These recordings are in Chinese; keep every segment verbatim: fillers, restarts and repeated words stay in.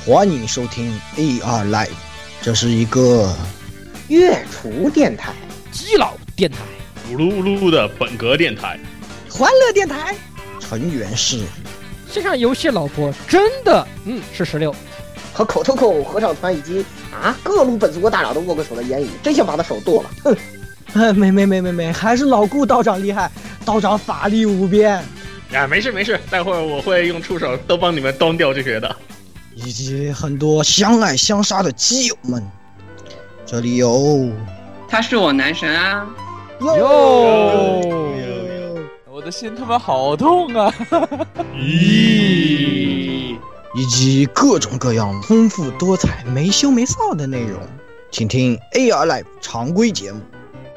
欢迎收听 A R Live， 这是一个月厨电台、 基佬电台、 咕噜咕噜的本格电台、 欢乐电台， 成员是线上游戏老婆真的嗯是十六， 和口头口合唱团以及啊各路本族国大佬都握过手的言语，真想把他手剁了。哼！ 哎，没没没没没，还是老顾道长厉害，道长法力无边。 啊，没事没事，待会儿我会用触手都帮你们端掉这些的。 以及很多相爱相杀的基友们，这里有他是我男神啊！ 哟， 我的心他妈好痛啊！ 咦， 以及各种各样丰富多彩、没羞没臊的内容，请听 A R Live 常规节目。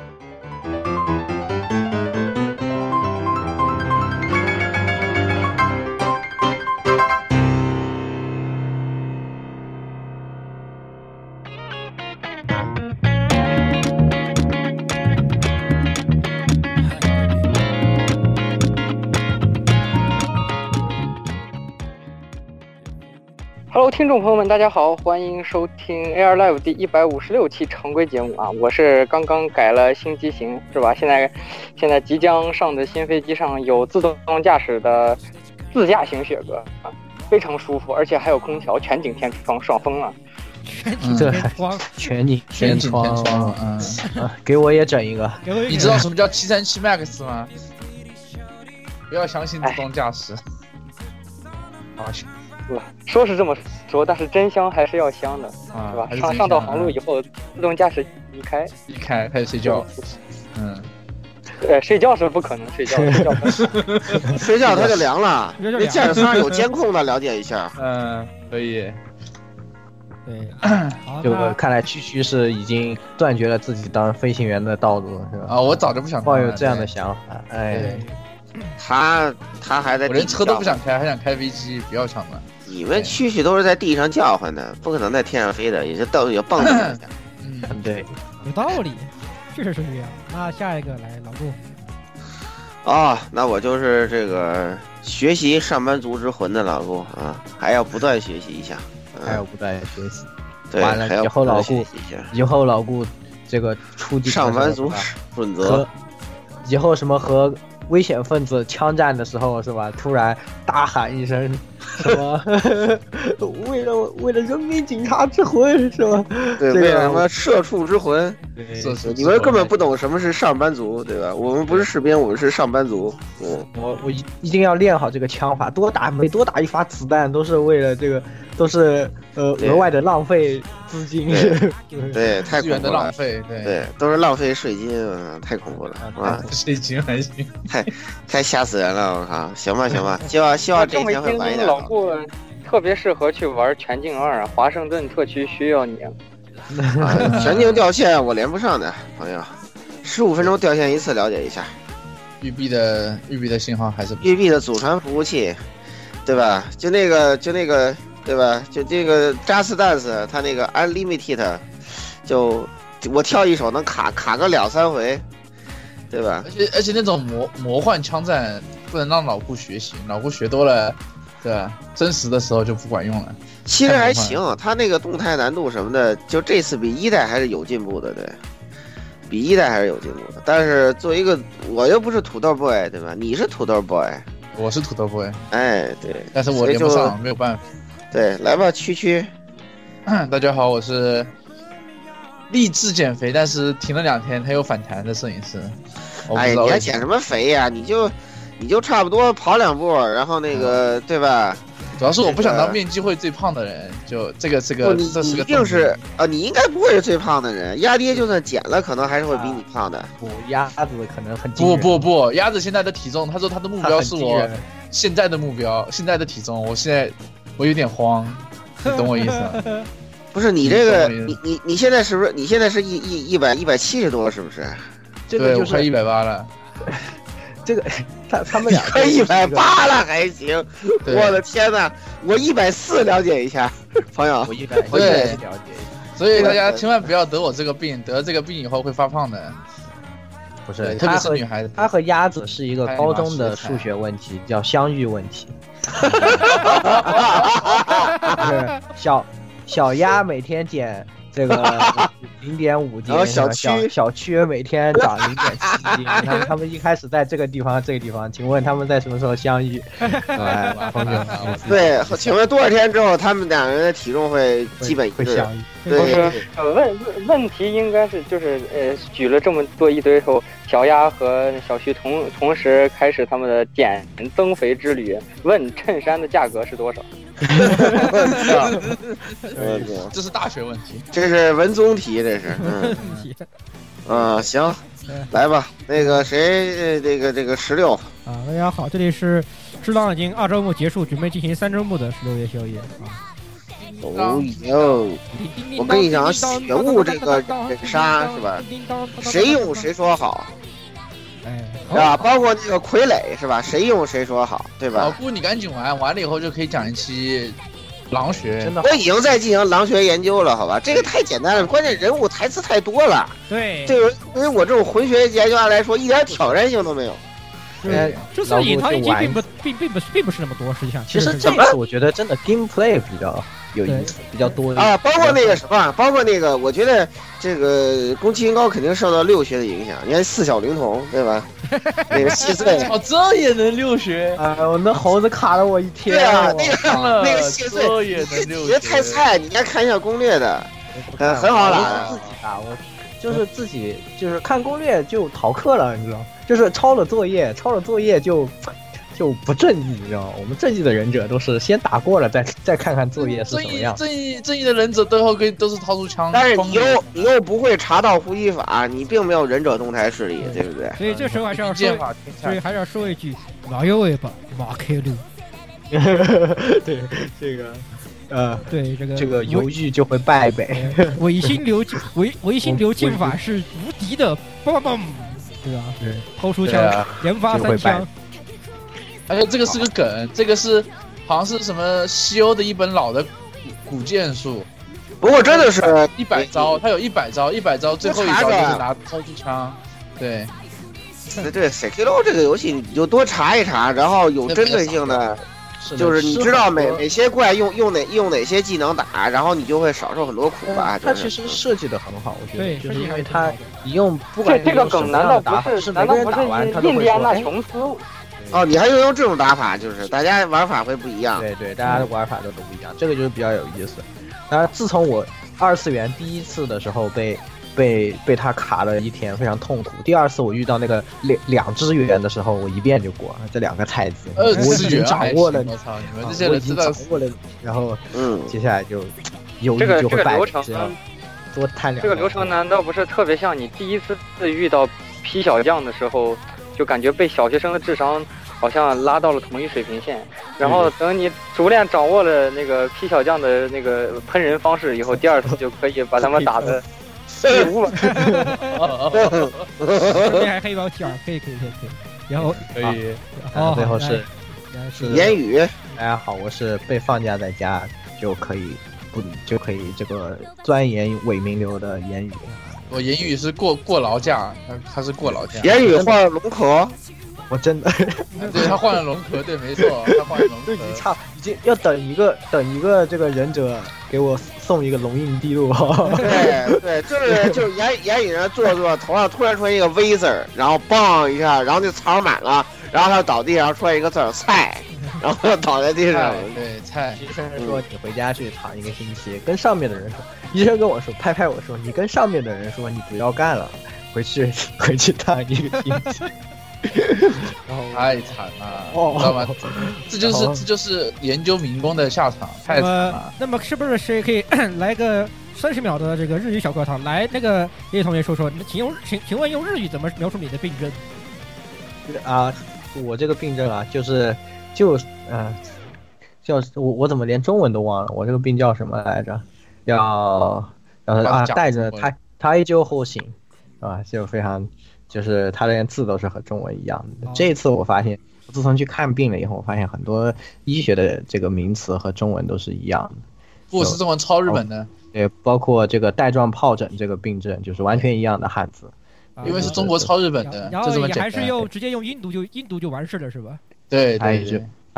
Hello， 听众朋友们，大家好，欢迎收听 A R Live 第一百五十六期常规节目啊！我是刚刚改了新机型，是吧？现在现在即将上的新飞机上有自动驾驶的自驾型雪阁啊，非常舒服，而且还有空调，全景天窗，爽疯了！ 全景天窗， 全景全景天窗，嗯， 啊，给我也整一个。 你知道什么叫七三七 Max 吗？不要相信自动驾驶。啊。 说是这么说，但是真香还是要香的， 啊、 是吧？上上到航路以后，自动驾驶一开， 一开开始睡觉，嗯， 对，睡觉是不可能睡觉，睡觉睡觉它就凉了。那驾驶舱上有监控的，了解一下。 嗯，可以。 对， 就看来区区是已经断绝了自己当飞行员的道路，是吧？ 啊，我早就不想抱有这样的想法，哎。 他他还在， 我连车都不想开，还想开飞机，不要抢了。 你们区区都是在地上叫唤的，不可能在天上飞的，也就到有蹦跶一下。 嗯，对， 有道理，确实是这样。那下一个来老顾。 哦，那我就是这个学习上班族之魂的老顾啊，还要不断学习一下， 嗯、还要不断学习。 对， 完了以后老顾，以后老顾这个出击上班族准则， 以后什么和危险分子枪战的时候是吧？突然大喊一声什么？为了为了人民警察之魂是吧？ 对，为了什么社畜之魂？ 对， 你们根本不懂什么是上班族，对吧？我们不是士兵，我们是上班族。嗯， 我我一一定要练好这个枪法，多打每多打一发子弹都是为了这个，都是呃额外的浪费资金。 对，对太恐怖了。 的浪费，对对，都是浪费税金，嗯、太恐怖了啊！ 税金还行， 太太吓死人了，我靠！行吧行吧，希望希望这一天会晚一点。 老顾特别适合去玩全境二，华盛顿特区需要你。 啊、全境掉线我连不上的朋友，十五分钟掉线一次，了解一下。 育碧的育碧的信号还是育碧的祖传服务器，对吧？就那个就那个对吧？就这个 Just Dance 它那个 Unlimited， 就我跳一首能卡卡个两三回，对吧？ 而且而且那种魔魔幻枪战不能让老顾学习，老顾学多了，对吧？真实的时候就不管用了。 其实还行，它那个动态难度什么的，就这次比一代还是有进步的，对，比一代还是有进步的。但是作为一个，我又不是土豆 boy， 对吧？你是土豆 boy， 我是土豆 boy， 哎，对， 但是我连不上，没有办法。 对，来吧，区区。 大家好，我是励志减肥，但是停了两天他又反弹的摄影师。 哎，你还减什么肥呀、啊？你就你就差不多跑两步，然后那个、嗯、对吧？ 主要是我不想当面基会最胖的人，就这个这个， 你这是个一定是啊，你应该不会是最胖的人。鸭爹就算减了，可能还是会比你胖的。 不，鸭子可能很不不不，鸭子现在的体重，他说他的目标是我现在的目标，现在的体重，我现在我有点慌，你懂我意思吗？ 不是你这个，你你你现在是不是？你现在是一一一百一百七十多，是不是？ 这个就是快一百八了。 这个他他们俩快一百八了还行，我的天哪！我一百四，了解一下，朋友。 我一百我一百了解一下。 所以大家千万不要得我这个病，得这个病以后会发胖的。 不是， 特别是女孩子， 他和鸭子是一个高中的数学问题，叫相遇问题。 就是小小鸭每天减这个零点五斤， 然后小区小区每天长零点七斤。他们他们一开始在这个地方这个地方，请问他们在什么时候相遇？哎，同学们， 对，请问多少天之后他们两人的体重会基本一致？ 会相遇。 不是，呃，问问问题应该是就是呃，举了这么多一堆后，小鸭和小徐同同时开始他们的减增肥之旅。问衬衫的价格是多少？ 这是大学问题， 这是文综题，这是。嗯，啊，行，来吧，那个谁，这个这个十六啊，大家好，这里是知道已经二周目结束，准备进行三周目的十六夜宵夜啊。 哦哟，我跟你讲，雪雾这个人杀是吧？谁用谁说好， 哎， 是吧？包括那个傀儡是吧？谁用谁说好，对吧？ 老顾，你赶紧玩，完了以后就可以讲一期狼学。 真的， 我已经在进行狼学研究了，好吧？这个太简单了，关键人物台词太多了。 对， 这个对于我这种混学研究家来说，一点挑战性都没有。 对，这次隐藏已经并不并并不并不是那么多，实际上。 其实这次我觉得真的 gameplay 比较有意思，比较多啊，包括那个什么，包括那个，我觉得这个宫崎英高肯定受到六学的影响。你看四小龄童，对吧？那个细碎， 哦，这也能六学？ 啊，我那猴子卡了我一天。 对啊，那个那个细碎， 这也能六学？ 你太菜，你应该看一下攻略的，很很好打。 自己打，我就是自己就是看攻略就逃课了，你知道。就是抄了作业，抄了作业就就不正义，你知道吗？我们正义的忍者都是先打过了，再再看看作业是什么样。 正义正义的忍者最后跟都是掏出枪， 但是你又你又不会查到呼吸法，你并没有忍者动态视力，对不对？ 所以这时候还是要说，所以还是要说一句：马有尾巴，马开路。 对这个。呃， 对这个这个犹豫就会败北。 违心流违违心流剑法是无敌的，嘣嘣。对吧？对，抛出枪，连发三枪。 而且这个是个梗，这个是好像是什么西欧的一本老的古剑术。 不过真的是一百招，他有一百招，一百招最后一招就是拿抛出枪。对， 对对 ，Sekiro 这个游戏你就多查一查，然后有针对性的。就是你知道每哪些怪用用哪用哪些技能打，然后你就会少受很多苦吧。 它其实设计的很好，我觉得， 对， 就是因为它你用不管这个梗难道不是？难道不是印第安纳琼斯？ 哦，你还用用这种打法，就是大家玩法会不一样。 对对，大家的玩法都都不一样，这个就是比较有意思。当然，自从我二次元第一次的时候被。被被他卡了一天，非常痛苦。第二次我遇到那个两两支援的时候，我一遍就过了。这两个太子， 呃， 我已经掌握了， 我操，你们这些人知道掌握了，然后嗯， 接下来就犹豫就会败北，只要多探两。 这个流程难道不是特别像你第一次遇到P小将的时候，就感觉被小学生的智商好像拉到了同一水平线，然后等你逐渐掌握了那个P小将的那个喷人方式以后，第二次就可以把他们打的。废物了， 这边还黑包 T 二，可以可以可以可以，然后可以， 啊，最后是是言语。 大家好，我是被放假在家就可以不就可以这个钻研伪名流的言语。 我言语是过过劳假，他他是过劳假。 言语换了龙壳。 我真的， 对他换了龙壳，对，没错，他换了龙壳， 已经差，已经要等一个等一个这个忍者给我送一个龙印地路。 对对，就是就是言言语人坐坐，头上突然出现一个 V 字儿，然后嘣一下，然后那槽满了，然后他倒地上出来一个字儿菜，然后倒在地上。 对，菜。 医生说你回家去躺一个星期，跟上面的人说，医生跟我说，拍拍我说，你跟上面的人说你不要干了，回去回去躺一个星期。 太惨了，哦、知道吗？这就是这就是研究民工的下场，太惨了。 那么是不是谁可以来个三十秒的这个日语小课堂？来，那个叶同学说说，请用请请问用日语怎么描述你的病症？ 啊，我这个病症啊，就是就呃，叫我我怎么连中文都忘了？我这个病叫什么来着？要要啊，带着胎胎就后醒啊，就非常。就是他连字都是和中文一样的。这一次我发现，自从去看病了以后，我发现很多医学的这个名词和中文都是一样的。 不是中文抄日本的。 对，包括这个带状疱疹这个病症，就是完全一样的汉字。 因为是中国抄日本的， 然后也还是用直接用印度就印度就完事了，是吧？ 对对对。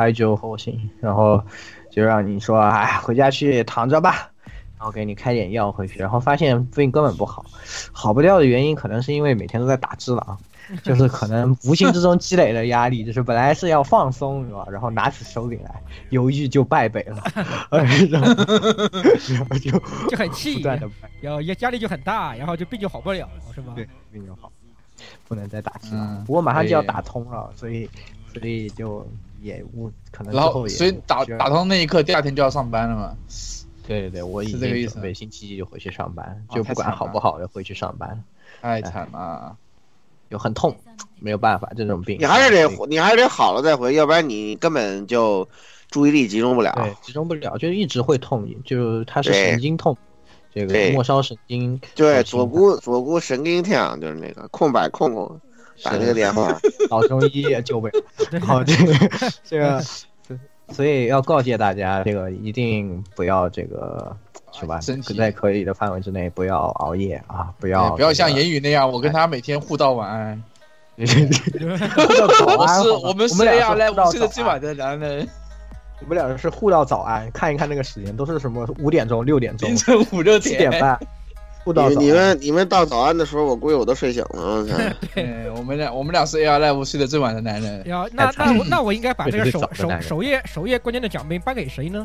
哀旧后心，然后就让你说哎回家去躺着吧，然后给你开点药回去，然后发现病根本不好，好不掉的原因可能是因为每天都在打智囊。就是可能无形之中积累了压力，就是本来是要放松是吧，然后拿起手柄来，犹豫就败北了，然后然后就就很气， 然后压力就很大，然后就病就好不了，是吧？ 对，病就好，不能再打气了。嗯、不过马上就要打通了，所以所以就也无可能之后也。 所以打打通那一刻，第二天就要上班了嘛。 对对对，我已经准备星期一就回去上班，就不管好不好的回去上班。 太惨了。 就很痛，没有办法，这种病你还是得你还是得好了再回，要不然你根本就注意力集中不了。 对，集中不了，就一直会痛，就它是神经痛，这个末梢神经。 对，左股左股神经痛，就是那个空白空空打这个电话， 老中医也救不了。好，这个这个，所以要告诫大家，这个一定不要这个。是吧？在可以的范围之内，不要熬夜啊！不要不要像言语那样，我跟他每天互道晚安。 互道早安。 我是我们是 A R Live 睡得最晚的男人。 我们两人是互道早安，看一看那个时间，都是什么五点钟、六点钟、 凌晨五六点、 七点半。互道早安。 你们你们到早安的时候，我估计我都睡醒了。 对，我们俩我们俩是 A R Live 睡得最晚的男人。 那那我那我应该把这个首首首页首页关键的奖杯颁给谁呢？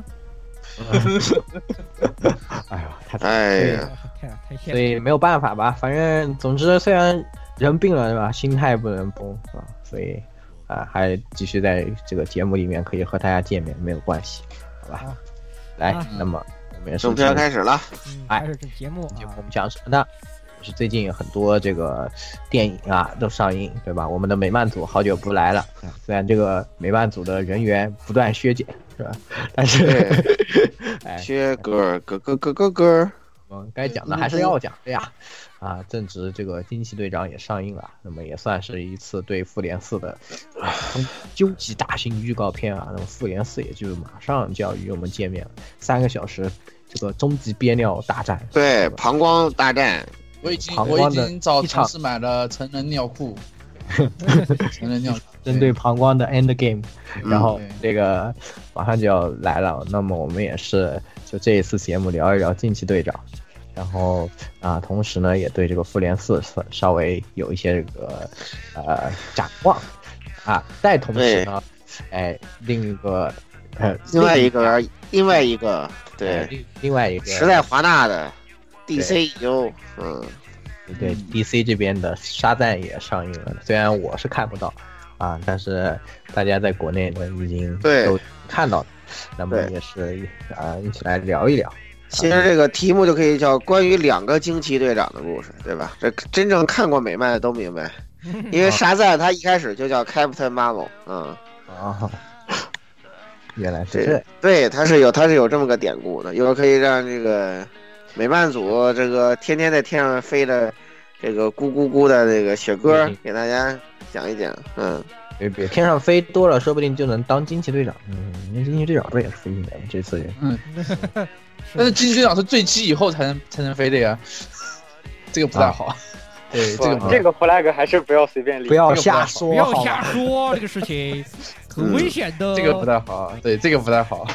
哎呀，太哎呀， 所以没有办法吧。反正总之，虽然人病了是吧，心态不能崩是吧？所以啊，还继续在这个节目里面可以和大家见面，没有关系，好吧？啊、来，啊、那么我们也是正片开始了， 哎，开始这节目， 节目我们讲什么呢？是最近有很多这个电影啊都上映，对吧？我们的美漫组好久不来了，虽然这个美漫组的人员不断削减，是吧？但是， 哎，削歌歌歌歌歌歌， 嗯，该讲的还是要讲的呀。啊，正值这个惊奇队长也上映了，那么也算是一次对复联四的啊究极大型预告片啊。那么复联四也就马上就要与我们见面了，三个小时这个终极憋尿大战， 对，膀胱大战。 我已经我已经找同事买了成人尿裤，成人尿裤针对膀胱的 end game， 然后这个马上就要来了，那么我们也是就这一次节目聊一聊惊奇队长，然后啊，同时呢也对这个复联四稍微有一些这个呃展望啊，再同时呢，哎，另一个呃另外一个另外一个对另另外一个时代华纳的。D C 有，嗯， 对 ，D C 这边的沙赞也上映了，虽然我是看不到，啊，但是大家在国内呢已经都看到了，那么也是啊，一起来聊一聊。 其实这个题目就可以叫关于两个惊奇队长的故事，对吧？这真正看过美漫的都明白，因为沙赞他一开始就叫 Captain Marvel， 嗯， 啊，原来是这， 对，他是有他是有这么个典故的，一会儿可以让这个。美漫组这个天天在天上飞的，这个咕咕咕的这个雪歌给大家讲一讲，嗯， 别别天上飞多了，说不定就能当惊奇队长。嗯，那惊奇队长不是也是飞行员这次人？ 嗯，但是惊奇队长是坠机以后才能才能飞的呀，这个不太好。啊、对，这个这个 flag 还是不要随便立， 不要瞎说， 不要瞎说，这个事情很危险的、 嗯。这个不太好，对，这个不太好。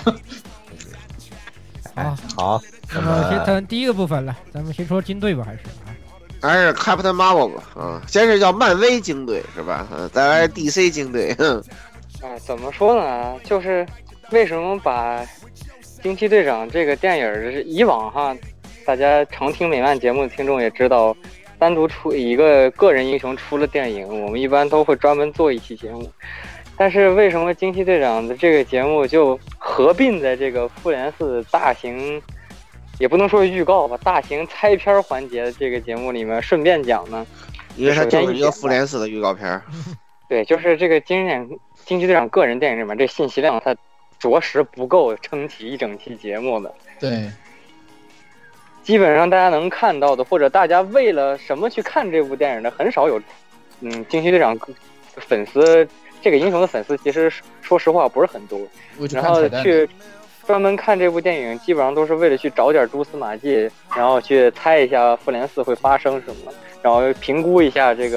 哎，好， 那么先谈第一个部分了，咱们先说金队吧，还是还是 Captain Marvel 吧，啊，先是叫漫威金队是吧？嗯，再来 D C 金队。 哎，怎么说呢？就是为什么把惊奇队长这个电影，以往哈，大家常听美漫节目的听众也知道，单独出一个个人英雄出了电影，我们一般都会专门做一期节目。但是为什么惊奇队长的这个节目就合并在这个复联四大型，也不能说预告吧，大型猜片环节的这个节目里面顺便讲呢？ 因为它就是一个复联四的预告片。 对，就是这个惊奇惊奇队长个人电影里面，这信息量它着实不够撑起一整期节目的。 对， 基本上大家能看到的，或者大家为了什么去看这部电影的，很少有，嗯，惊奇队长粉丝。这个英雄的粉丝其实说实话不是很多，然后去专门看这部电影，基本上都是为了去找点蛛丝马迹，然后去猜一下复联四会发生什么，然后评估一下这个复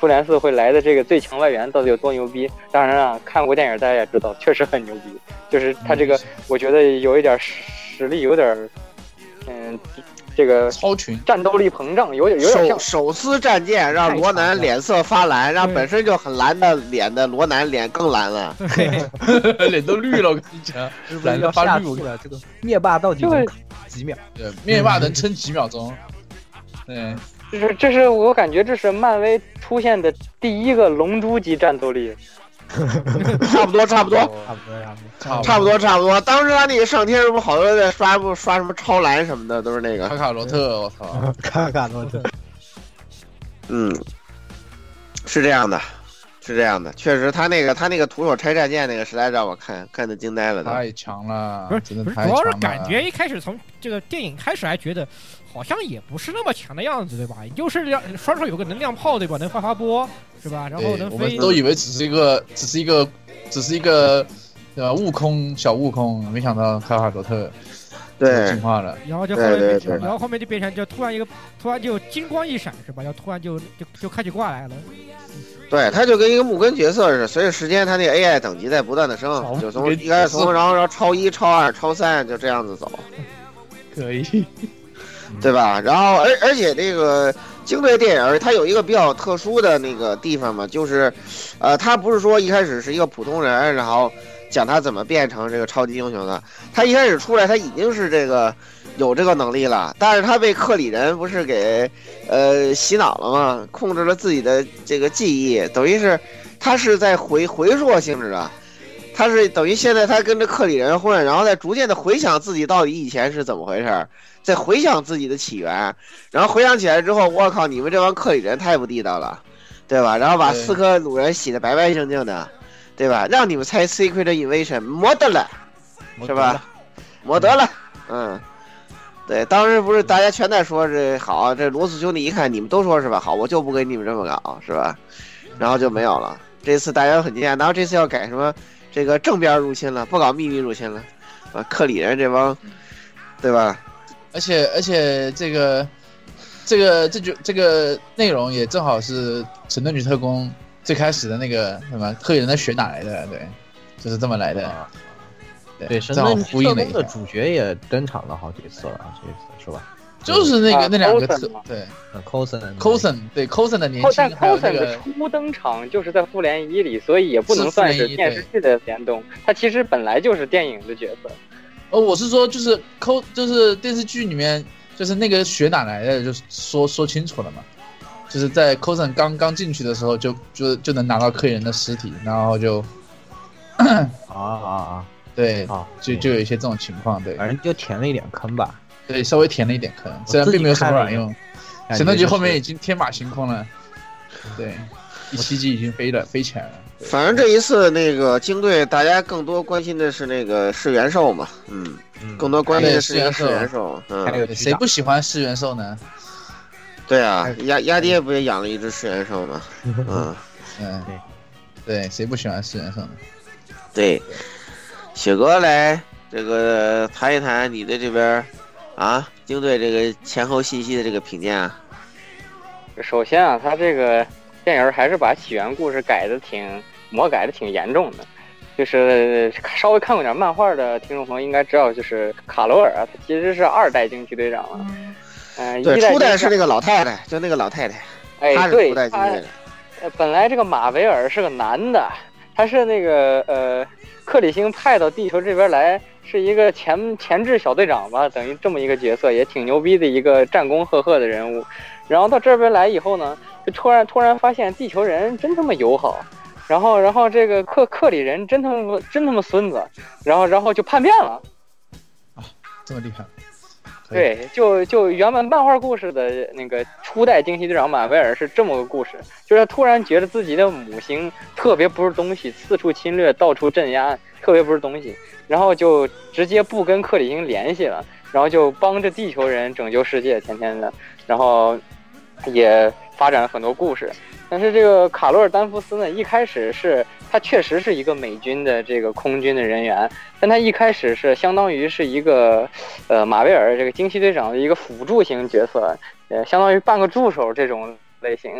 复联四会来的这个最强外援到底有多牛逼。当然啊，看过电影大家也知道，确实很牛逼，就是他这个我觉得有一点实力，有点嗯。这个超群战斗力膨胀，有点有点像手撕战舰，让罗南脸色发蓝，让本身就很蓝的脸的罗南脸更蓝了， 脸都绿了。我跟你讲， 蓝到发绿了。这个灭霸到底能几秒？ 对，灭霸能撑几秒钟？对， 这是这是我感觉这是漫威出现的第一个龙珠级战斗力。 差不多，差不多， 差不多，差不多， 差不多，差不多。当时他那个上天是不是好多人在刷不刷什么超蓝什么的，都是那个卡卡罗特，我操， 卡卡罗特。 嗯，是这样的，是这样的，确实他那个他那个徒手拆战舰那个实在让我看看得惊呆了， 太强了， 不是真的不是，主要太强了。 是感觉一开始从这个电影开始还觉得好像也不是那么强的样子，对吧？就是双手有个能量炮，对吧？能发发波，是吧？然后能飞。 我们都以为只是一个，只是一个，只是一个，对吧？悟空小悟空，没想到卡卡罗特对进化了， 然后就后面， 对对对然后后面就变成就突然一个，突然就金光一闪，是吧？然后突然就就就开起挂来了。 对，他就跟一个木根角色似的，随着时间他那个 A I 等级在不断的升，就从一开始从然后然后超一、超二、超三就这样子走， 可以。 对吧？然后而而且这个惊队电影它有一个比较特殊的那个地方嘛，就是，呃，他不是说一开始是一个普通人，然后讲他怎么变成这个超级英雄的。他一开始出来他已经是这个有这个能力了，但是他被克里人不是给呃洗脑了吗？控制了自己的这个记忆，等于是他是在回回溯性质的。他是等于现在他跟着克里人混，然后再逐渐的回想自己到底以前是怎么回事，再回想自己的起源，然后回想起来之后，我靠，你们这帮克里人太不地道了，对吧？然后把四颗鲁人洗得白白净净的，对吧？让你们猜 Secret Invasion 没得了，是吧？没得了，嗯，对，当时不是大家全在说这好，这罗斯兄弟一看你们都说是吧？好，我就不跟你们这么搞，是吧？然后就没有了。这次大家都很惊讶，然后这次要改什么？这个正边入侵了，不搞秘密入侵了，啊，克里人这帮，对吧？ 而且而且这个这个这就这个内容也正好是《神盾局特工》最开始的那个什么克里人的血哪来的？对，就是这么来的。 对，对神盾局特工的主角也登场了好几次了，这次是吧？ 就是那个、 啊、 那两个特对 ，Coulson Coulson 对 Coulson 的年轻， 但 Coulson 的初登场就是在复联一里，所以也不能算是电视剧的联动，他其实本来就是电影的角色。 哦，我是说就是抠就是电视剧里面就是那个血哪来的，就说说清楚了嘛，就是在 Coulson 刚刚进去的时候就就就能拿到克里人的尸体，然后就啊啊啊， 对啊， 就就有一些这种情况，对， 反正就填了一点坑吧。 对，稍微填了一点坑，虽然并没有什么卵用。神盾局后面已经天马行空了，对，第七季已经飞了，飞起来了。 反正这一次那个鲸队，大家更多关心的是那个噬元兽嘛，嗯，嗯更多关心的是那个噬元兽。 嗯，谁不喜欢噬元兽呢？ 对啊，鸭鸭爹不也养了一只噬元兽吗？嗯嗯，对，谁不喜欢噬元兽呢？ 对，雪哥来这个谈一谈你的这边。啊，鲸队这个前后信息的这个评价。 首先啊，他这个电影还是把起源故事改的挺魔改的挺严重的，就是稍微看过点漫画的听众朋友应该知道，就是卡罗尔啊，他其实是二代惊奇队长了。嗯、呃， 对，初代是那个老太太，就那个老太太。 哎， 她是初代惊奇队长。 呃，本来这个马维尔是个男的，他是那个呃克里星派到地球这边来。是一个前前置小队长吧，等于这么一个角色，也挺牛逼的一个战功赫赫的人物。然后到这边来以后呢，就突然突然发现地球人真他妈友好，然后然后这个克克里人真他妈真他妈孙子，然后然后就叛变了。 啊，这么厉害！ 对，就就原本漫画故事的那个初代惊奇队长马维尔是这么个故事，就是他突然觉得自己的母星特别不是东西，四处侵略，到处镇压，特别不是东西。然后就直接不跟克里星联系了，然后就帮着地球人拯救世界，天天的，然后也发展了很多故事。但是这个卡罗尔丹福斯呢，一开始是他确实是一个美军的这个空军的人员，但他一开始是相当于是一个呃马维尔这个惊奇队长的一个辅助型角色，呃，相当于半个助手这种类型。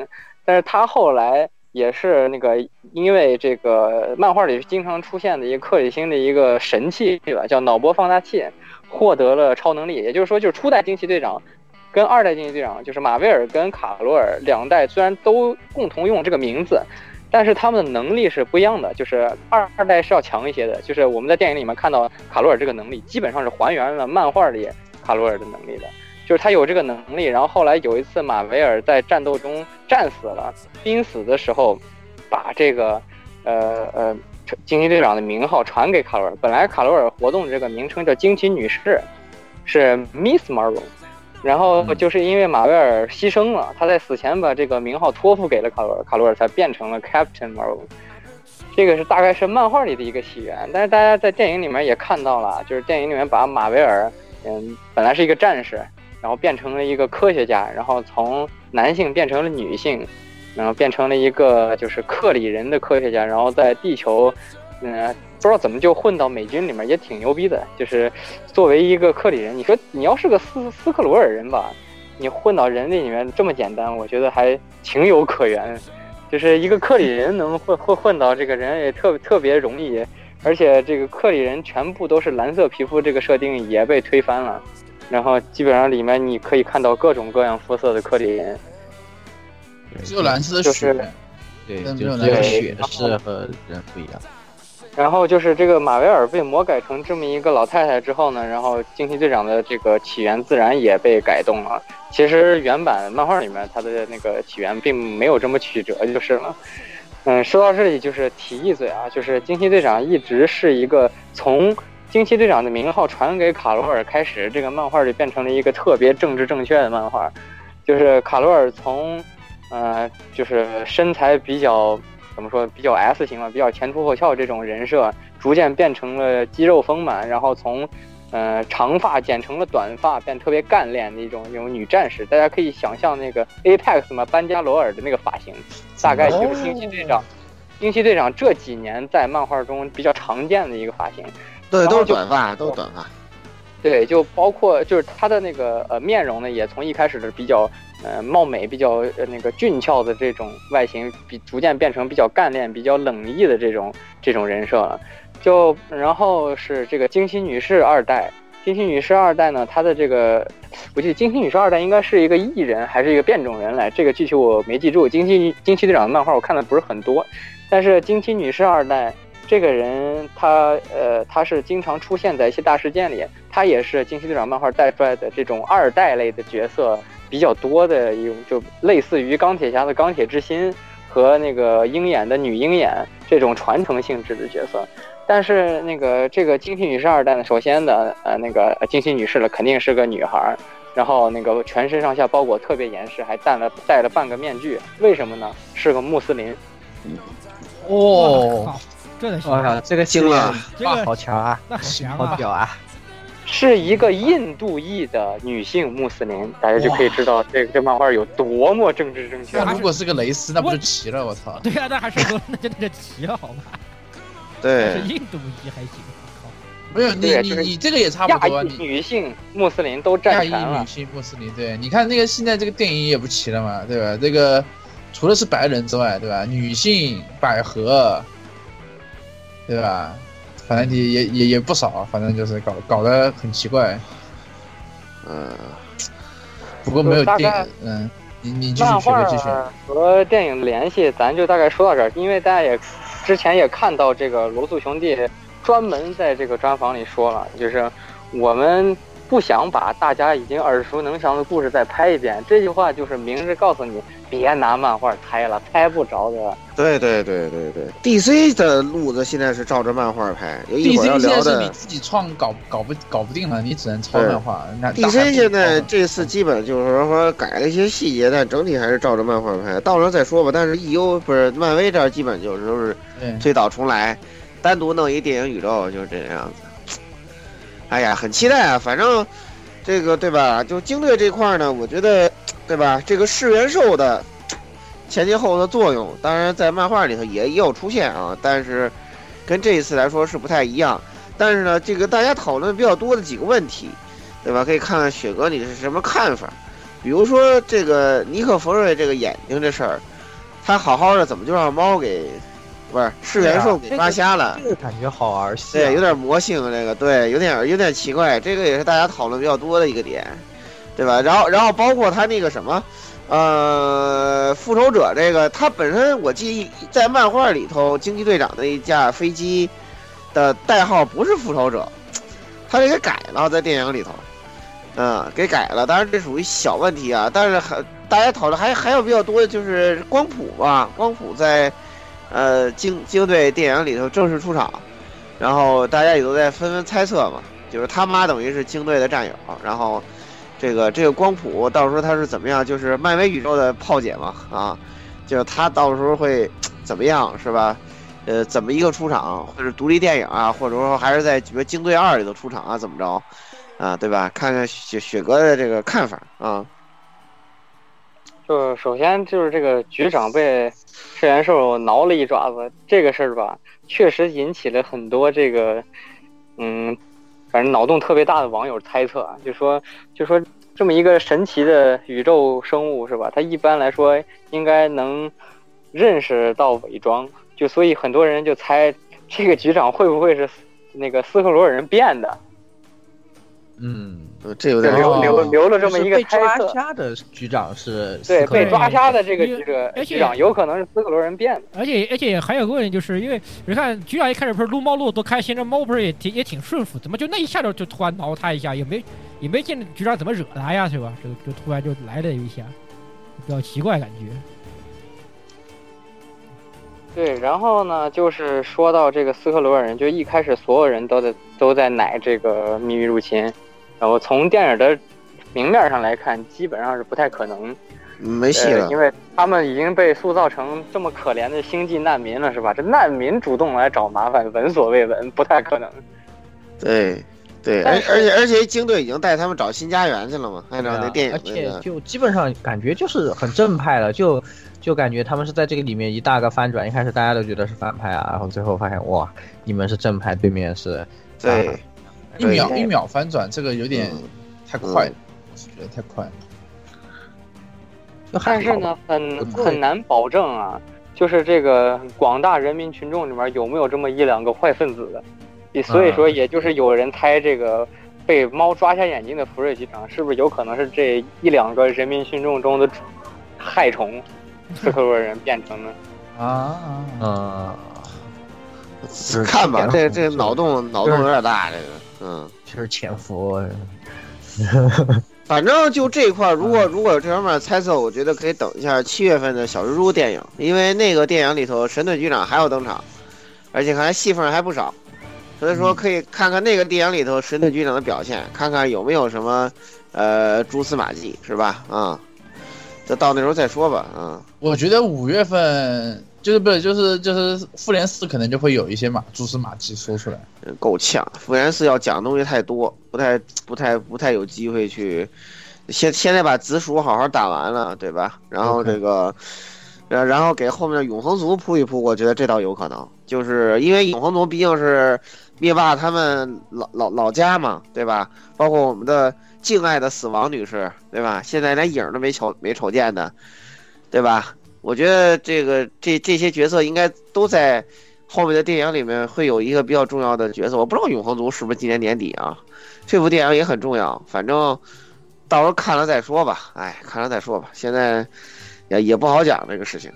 但是他后来也是那个因为这个漫画里经常出现的一个克里星的一个神器吧，叫脑波放大器，获得了超能力。也就是说，就是初代惊奇队长跟二代惊奇队长，就是马威尔跟卡罗尔两代虽然都共同用这个名字，但是他们的能力是不一样的。就是二二代是要强一些的，就是我们在电影里面看到卡罗尔这个能力，基本上是还原了漫画里卡罗尔的能力的。就是他有这个能力，然后后来有一次马维尔在战斗中战死了，濒死的时候，把这个呃呃惊奇队长的名号传给卡罗尔。本来卡罗尔活动这个名称叫惊奇女士，是 Miss Marvel， 然后就是因为马维尔牺牲了，他在死前把这个名号托付给了卡罗尔，卡罗尔才变成了 Captain Marvel。这个是大概是漫画里的一个起源，但是大家在电影里面也看到了，就是电影里面把马维尔嗯本来是一个战士。然后变成了一个科学家，然后从男性变成了女性，然后变成了一个就是克里人的科学家，然后在地球，嗯、呃，不知道怎么就混到美军里面，也挺牛逼的。就是作为一个克里人，你说你要是个斯斯克罗尔人吧，你混到人类里面这么简单，我觉得还情有可原。就是一个克里人能混混混到这个人也特特别容易，而且这个克里人全部都是蓝色皮肤，这个设定也被推翻了。然后基本上里面你可以看到各种各样肤色的克里人， 只有蓝色的血， 对，就只有血是和人不一样。 然后就是这个马维尔被魔改成这么一个老太太之后呢，然后惊奇队长的这个起源自然也被改动了。其实原版漫画里面它的那个起源并没有这么曲折就是了。嗯，说到这里就是提一嘴啊，就是惊奇队长一直是一个从惊奇队长的名号传给卡罗尔开始，这个漫画里变成了一个特别政治正确的漫画。就是卡罗尔从呃就是身材比较怎么说比较 S 型嘛，比较前凸后翘这种人设，逐渐变成了肌肉丰满，然后从呃长发剪成了短发，变特别干练的一种那种女战士。大家可以想象那个 Apex 嘛，班加罗尔的那个发型，大概就是惊奇队长惊奇队长这几年在漫画中比较常见的一个发型。 对，都是短发，都是短发。 对，就包括就是他的那个呃面容呢，也从一开始的比较呃貌美、比较呃那个俊俏的这种外形，比逐渐变成比较干练、比较冷毅的这种这种人设了。就然后是这个惊奇女士二代，惊奇女士二代呢，她的这个我记得惊奇女士二代应该是一个异人还是一个变种人来，这个具体我没记住。惊奇惊奇队长的漫画我看的不是很多，但是惊奇女士二代。这个人他呃他是经常出现在一些大事件里，他也是惊奇队长漫画带出来的这种二代类的角色比较多的一种，就类似于钢铁侠的钢铁之心和那个鹰眼的女鹰眼这种传承性质的角色。但是那个这个惊奇女士二代呢，首先的呃那个惊奇女士了肯定是个女孩，然后那个全身上下包裹特别严实，还戴了戴了半个面具，为什么呢？是个穆斯林。 哦。这个哇，这个惊了， 这个好强啊， 那很强啊，好屌啊！ 是一个印度裔的女性穆斯林，大家就可以知道这个这漫画有多么政治正确。 如果是个蕾丝，那不就齐了？我操！ 对啊，那还是说那真的是齐了，好吧？ 对， 是印度裔还行。 没有你你你这个也差不多， 你女性穆斯林都占全了。 女性穆斯林，对，你看那个现在这个电影也不齐了嘛，对吧？这个除了是白人之外，对吧？女性百合。对吧？反正也也也也不少，反正就是搞搞得很奇怪。 嗯， 不过没有电影，嗯，你你继续学吧，继续。 和电影联系，咱就大概说到这儿，因为大家也之前也看到这个罗素兄弟专门在这个专访里说了，就是我们不想把大家已经耳熟能详的故事再拍一遍。这句话就是明着告诉你，别拿漫画拍了，拍不着的。 对对对对对 ，D C 的路子现在是照着漫画拍，有一会儿要聊的。 D C 现在是你自己创搞搞不搞不定了，你只能抄漫画。那 D C 现在这次基本就是说改了一些细节，但整体还是照着漫画拍，到时候再说吧。但是 E U 不是漫威这儿基本就是都是推倒重来，单独弄一电影宇宙就是这样子。哎呀，很期待啊！反正这个对吧？就精略这块呢，我觉得对吧？这个噬元兽的前前后的作用，当然在漫画里头也也有出现啊，但是跟这一次来说是不太一样。但是呢，这个大家讨论比较多的几个问题，对吧？可以看看雪哥你是什么看法？比如说这个尼克弗瑞这个眼睛这事儿， 他好好的怎么就让猫给不是噬元兽给抓瞎了？ 这个感觉好儿戏， 对，有点魔性，这个对，有点有点奇怪，这个也是大家讨论比较多的一个点，对吧？然后然后包括他那个什么。呃，复仇者这个，他本身我记忆在漫画里头，惊奇队长的一架飞机的代号不是复仇者，他这个改了，在电影里头，嗯，给改了。当然这属于小问题啊，但是还大家讨论还还有比较多的就是光谱吧，光谱在呃惊惊队电影里头正式出场，然后大家也都在纷纷猜测嘛，就是他妈等于是惊队的战友，然后。这个这个光谱到时候他是怎么样？就是漫威宇宙的炮姐嘛，啊，就是他到时候会怎么样，是吧？呃，怎么一个出场，或者独立电影啊，或者说还是在比如《惊队二》里头出场啊，怎么着？啊，对吧？看看雪雪哥的这个看法啊。 就首先就是这个局长被噬元兽挠了一爪子，这个事儿吧，确实引起了很多这个，嗯。反正脑洞特别大的网友猜测啊，就说就说这么一个神奇的宇宙生物是吧？它一般来说应该能认识到伪装，就所以很多人就猜这个局长会不会是那个斯克罗尔人变的？ 嗯， 这有点留留留了这么一个猜测。 被抓瞎的局长是对被抓瞎的这个这个局长有可能是斯克罗人变的。 而且而且还有个问题，就是因为你看局长一开始不是撸猫撸多开心，这猫不是也挺也挺顺服，怎么就那一下就就突然挠他一下，也没也没见局长怎么惹他呀，是吧？就就突然就来了一下，比较奇怪感觉。 对，然后呢，就是说到这个斯克罗尔人，就一开始所有人都在都在奶这个秘密入侵，然后从电影的明面上来看，基本上是不太可能， 没戏了、 呃，因为他们已经被塑造成这么可怜的星际难民了，是吧？这难民主动来找麻烦，闻所未闻，不太可能。 对。对，而而且而且鲸队已经带他们找新家园去了嘛，按照那电影、那个，而且就基本上感觉就是很正派了，就就感觉他们是在这个里面一大个翻转，一开始大家都觉得是反派啊，然后最后发现哇，你们是正派，对面是， 对， 啊、一秒一秒翻转，这个有点太快了，嗯、我是觉得太快了。 但是呢，很很难保证啊，就是这个广大人民群众里面有没有这么一两个坏分子的。所以说，也就是有人猜这个被猫抓瞎眼睛的福瑞局长，是不是有可能是这一两个人民群众中的害虫，斯克罗人变成的啊啊！ 看吧，这这脑洞脑洞有点大，这个嗯， 确实潜伏。 反正就这一块，如果如果有这方面猜测，我觉得可以等一下七月份的小蜘蛛电影，因为那个电影里头神盾局长还要登场，而且看来戏份还不少。所以说可以看看那个电影里头神盾局长的表现，看看有没有什么呃蛛丝马迹，是吧？啊、嗯，就到那时候再说吧。嗯， 我觉得五月份就是不是就是就是复联四可能就会有一些马蛛丝马迹说出来， 够呛。复联四要讲的东西太多，不太不太不太有机会去。现现在把紫薯好好打完了，对吧？然后这个。Okay.然后给后面的永恒族铺一铺，我觉得这倒有可能，就是因为永恒族毕竟是灭霸他们老老老家嘛，对吧？包括我们的敬爱的死亡女士，对吧？现在连影都没瞅没瞅见的，对吧？我觉得这个这这些角色应该都在后面的电影里面会有一个比较重要的角色。我不知道永恒族是不是今年年底啊？这部电影也很重要，反正到时候看了再说吧。哎，看了再说吧。现在。也也不好讲这个事情。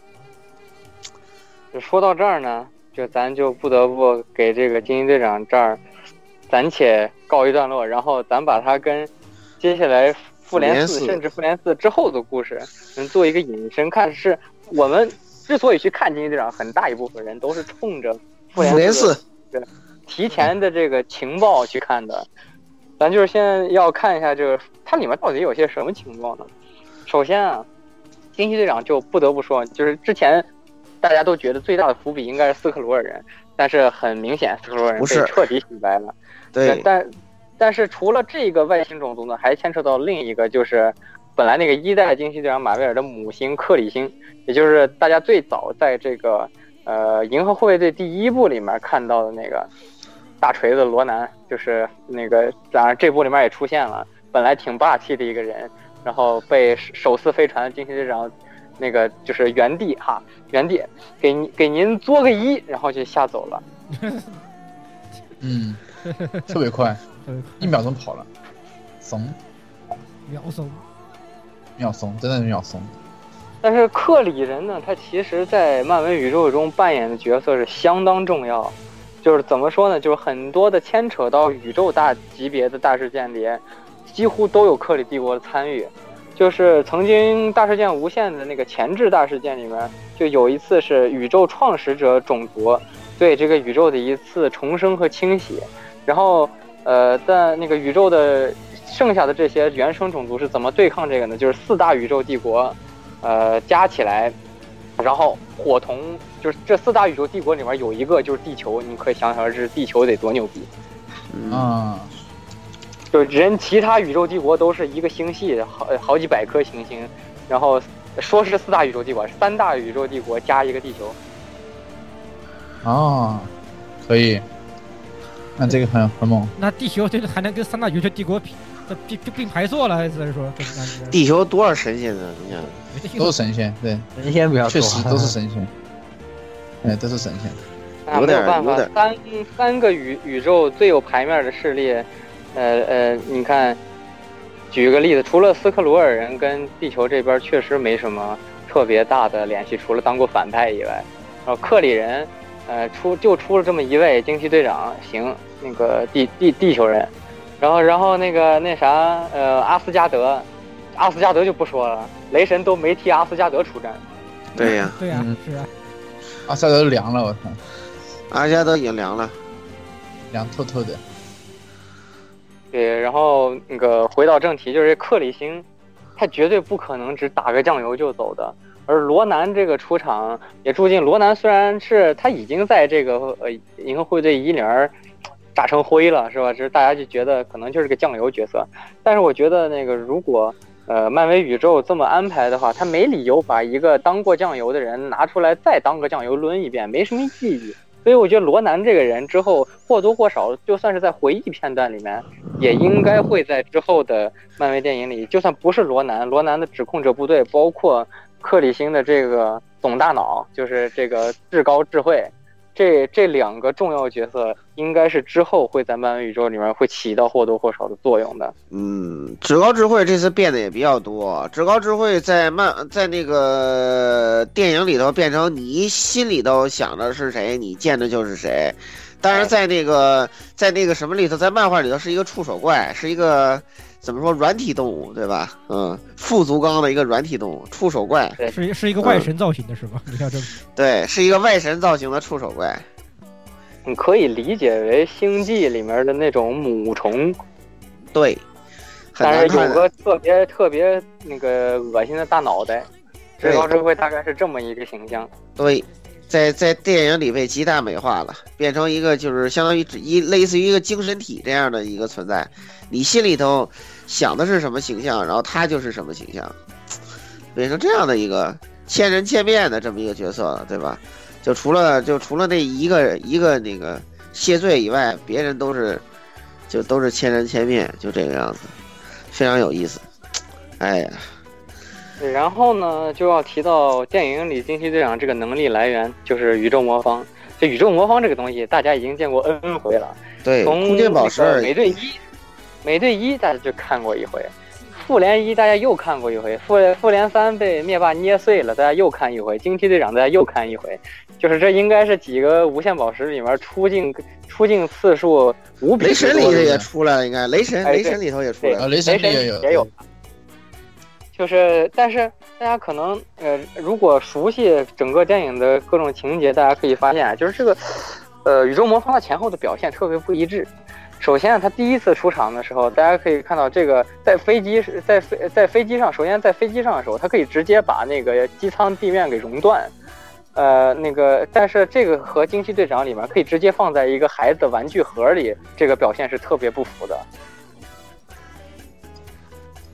说到这儿呢，就咱就不得不给这个惊奇队长这儿暂且告一段落，然后咱把它跟接下来复联四甚至复联四之后的故事能做一个引申，看是我们之所以去看惊奇队长，很大一部分人都是冲着复联四提前的这个情报去看的。咱就是现在要看一下这个它里面到底有些什么情报呢？首先啊。惊奇队长就不得不说，就是之前大家都觉得最大的伏笔应该是斯克罗尔人，但是很明显斯克罗尔人被彻底洗白了。 对， 但但是除了这个外星种族呢，还牵扯到另一个，就是本来那个一代惊奇队长马威尔的母星克里星，也就是大家最早在这个呃银河护卫队第一部里面看到的那个大锤子罗南，就是那个当然这部里面也出现了，本来挺霸气的一个人。然后被首次飞船惊奇队长那个就是原地哈，原地给您给您作个揖，然后就下走了。 嗯，特别快，一秒钟跑了，怂， 秒松， 秒怂，真的是秒怂。 但是克里人呢，他其实在漫威宇宙中扮演的角色是相当重要，就是怎么说呢，就是很多的牵扯到宇宙大级别的大事件里，几乎都有克里帝国的参与。就是曾经大事件无限的那个前置大事件里面，就有一次是宇宙创始者种族对这个宇宙的一次重生和清洗，然后呃，但那个宇宙的剩下的这些原生种族是怎么对抗这个呢？就是四大宇宙帝国，呃，加起来，然后伙同，就是这四大宇宙帝国里面有一个就是地球，你可以想想而知地球得多牛逼。 嗯。 就人其他宇宙帝国都是一个星系，好好几百颗行星，然后说是四大宇宙帝国，三大宇宙帝国加一个地球。 哦，可以，那这个很很猛。 那地球这个还能跟三大宇宙帝国比，并并排坐了，还是说？ 地球多少神仙呢？你看， 都是神仙，对， 神仙比较多， 确实都是神仙，哎，都是神仙。 那没有办法，三三个宇宇宙最有牌面的势力。呃呃，你看，举个例子，除了斯克鲁尔人跟地球这边确实没什么特别大的联系，除了当过反派以外，然后克里人，呃，出就出了这么一位惊奇队长，行，那个地地地球人，然后然后那个那啥，呃，阿斯加德，阿斯加德就不说了，雷神都没替阿斯加德出战。 对呀， 对呀，嗯、是啊， 阿斯加德凉了，我操， 阿斯加德已经凉了， 凉透透的。 对，然后那个回到正题，就是克里星，他绝对不可能只打个酱油就走的。而罗南这个出场也注定，罗南虽然是他已经在这个呃银河护卫队一里面炸成灰了，是吧？只是大家就觉得可能就是个酱油角色。但是我觉得那个如果呃漫威宇宙这么安排的话，他没理由把一个当过酱油的人拿出来再当个酱油抡一遍，没什么意义。所以我觉得罗南这个人之后或多或少，就算是在回忆片段里面，也应该会在之后的漫威电影里，就算不是罗南，罗南的指控者部队，包括克里星的这个总大脑，就是这个至高智慧，这这两个重要角色，应该是之后会在漫威宇宙里面会起到或多或少的作用的。 嗯，至高智慧这次变得也比较多。至高智慧在漫在那个电影里头变成你心里头想的是谁，你见的就是谁。当然，在那个在那个什么里头，在漫画里头是一个触手怪，是一个怎么说软体动物，对吧？嗯，腹足纲的一个软体动物，触手怪， 是是一个外神造型的是吧？嗯、你看这， 对，是一个外神造型的触手怪。 你可以理解为星际里面的那种母虫， 对， 但是有个特别特别那个恶心的大脑袋，至高智慧大概是这么一个形象。 对。在在电影里被极大美化了，变成一个就是相当于一类似于一个精神体这样的一个存在，你心里头想的是什么形象，然后他就是什么形象，变成这样的一个千人千面的这么一个角色了，对吧？就除了就除了那一个一个那个谢罪以外，别人都是就都是千人千面，就这个样子，非常有意思。哎呀。 然后呢，就要提到电影里惊奇队长这个能力来源，就是宇宙魔方。这宇宙魔方这个东西，大家已经见过 N 回了。 对， 从空间宝石美队一，美队一大家就看过一回，复联一大家又看过一回，复复联三被灭霸捏碎了，大家又看一回，惊奇队长大家又看一回。就是这应该是几个无限宝石里面出镜出镜次数无比。 雷神里也出来了，应该雷神、哎、雷神里头也出来了， 雷神里也有也有。就是，但是大家可能呃，如果熟悉整个电影的各种情节，大家可以发现，就是这个，呃，宇宙魔方的前后的表现特别不一致。首先，他第一次出场的时候，大家可以看到这个在飞机在飞在飞机上，首先在飞机上的时候，他可以直接把那个机舱地面给熔断，呃，那个，但是这个和惊奇队长里面可以直接放在一个孩子玩具盒里，这个表现是特别不符的。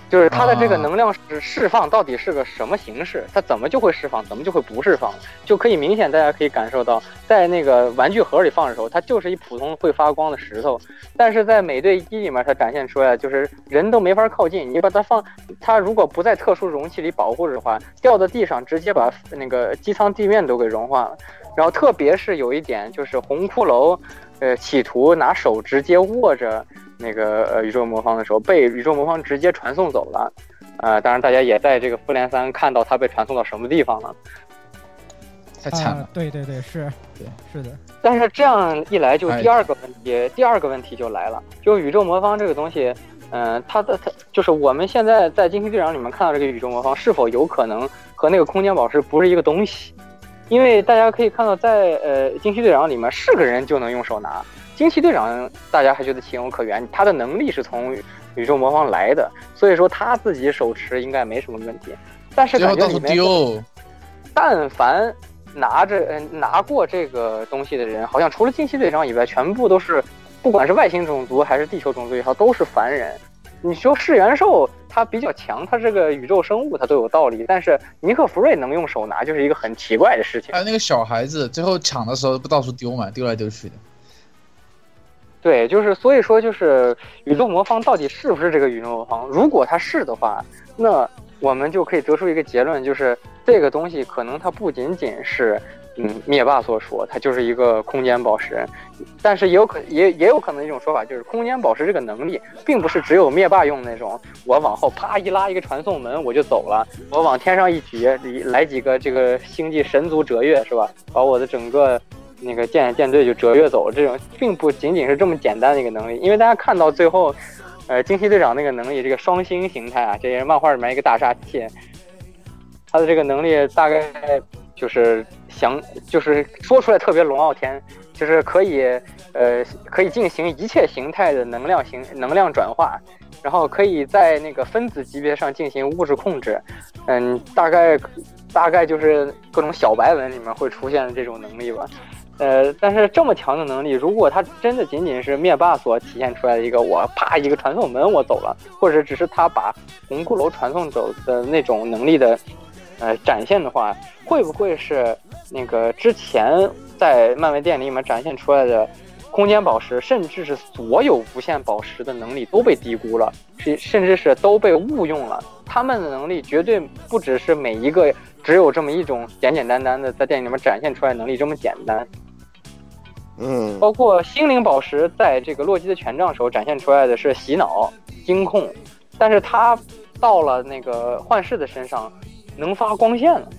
就是它的这个能量释释放到底是个什么形式，它怎么就会释放，怎么就会不释放，就可以明显大家可以感受到，在那个玩具盒里放的时候，它就是一普通会发光的石头，但是在美队一里面它展现出来就是人都没法靠近，你把它放，它如果不在特殊容器里保护着的话，掉到地上直接把那个机舱地面都给融化了。然后特别是有一点就是红骷髅，呃，企图拿手直接握着那个呃宇宙魔方的时候，被宇宙魔方直接传送走了。呃，当然大家也在这个复联三看到他被传送到什么地方了。 太惨了。 啊、对对对，是，对，是的。 但是这样一来，就第二个问题，哎、第二个问题就来了，就宇宙魔方这个东西，嗯、呃，它的它就是我们现在在惊奇队长里面看到这个宇宙魔方，是否有可能和那个空间宝石不是一个东西？因为大家可以看到在，在呃惊奇队长里面是个人就能用手拿。惊奇队长大家还觉得情有可原，他的能力是从宇宙魔方来的，所以说他自己手持应该没什么问题。但是感觉里面，但凡拿着呃拿过这个东西的人，好像除了惊奇队长以外，全部都是不管是外星种族还是地球种族也好，都是凡人。你说噬元兽它比较强，它是个宇宙生物，它都有道理。但是尼克弗瑞能用手拿，就是一个很奇怪的事情。 还有那个小孩子最后抢的时候不到处丢嘛，丢来丢去的。 对，就是所以说，就是宇宙魔方到底是不是这个宇宙魔方？如果它是的话，那我们就可以得出一个结论，就是这个东西可能它不仅仅是嗯灭霸所说，它就是一个空间宝石，但是也有可也也有可能一种说法，就是空间宝石这个能力，并不是只有灭霸用那种，我往后啪一拉一个传送门我就走了，我往天上一举来几个这个星际神族折跃是吧？把我的整个那个舰舰队就折跃走了，这种并不仅仅是这么简单的一个能力，因为大家看到最后，呃，惊奇队长那个能力，这个双星形态啊，这也是漫画里面一个大杀器，他的这个能力大概就是想，就是说出来特别龙傲天，就是可以呃可以进行一切形态的能量形能量转化，然后可以在那个分子级别上进行物质控制，嗯，大概大概就是各种小白文里面会出现的这种能力吧。呃，但是这么强的能力，如果它真的仅仅是灭霸所体现出来的一个我啪一个传送门我走了，或者只是他把红骷髅传送走的那种能力的呃展现的话，会不会是那个之前在漫威电影里面展现出来的空间宝石，甚至是所有无限宝石的能力都被低估了，是甚至是都被误用了？他们的能力绝对不只是每一个只有这么一种简简单单的在电影里面展现出来的能力这么简单。 嗯， 包括心灵宝石在这个洛基的权杖时候展现出来的是洗脑、惊控，但是他到了那个幻视的身上能发光线了。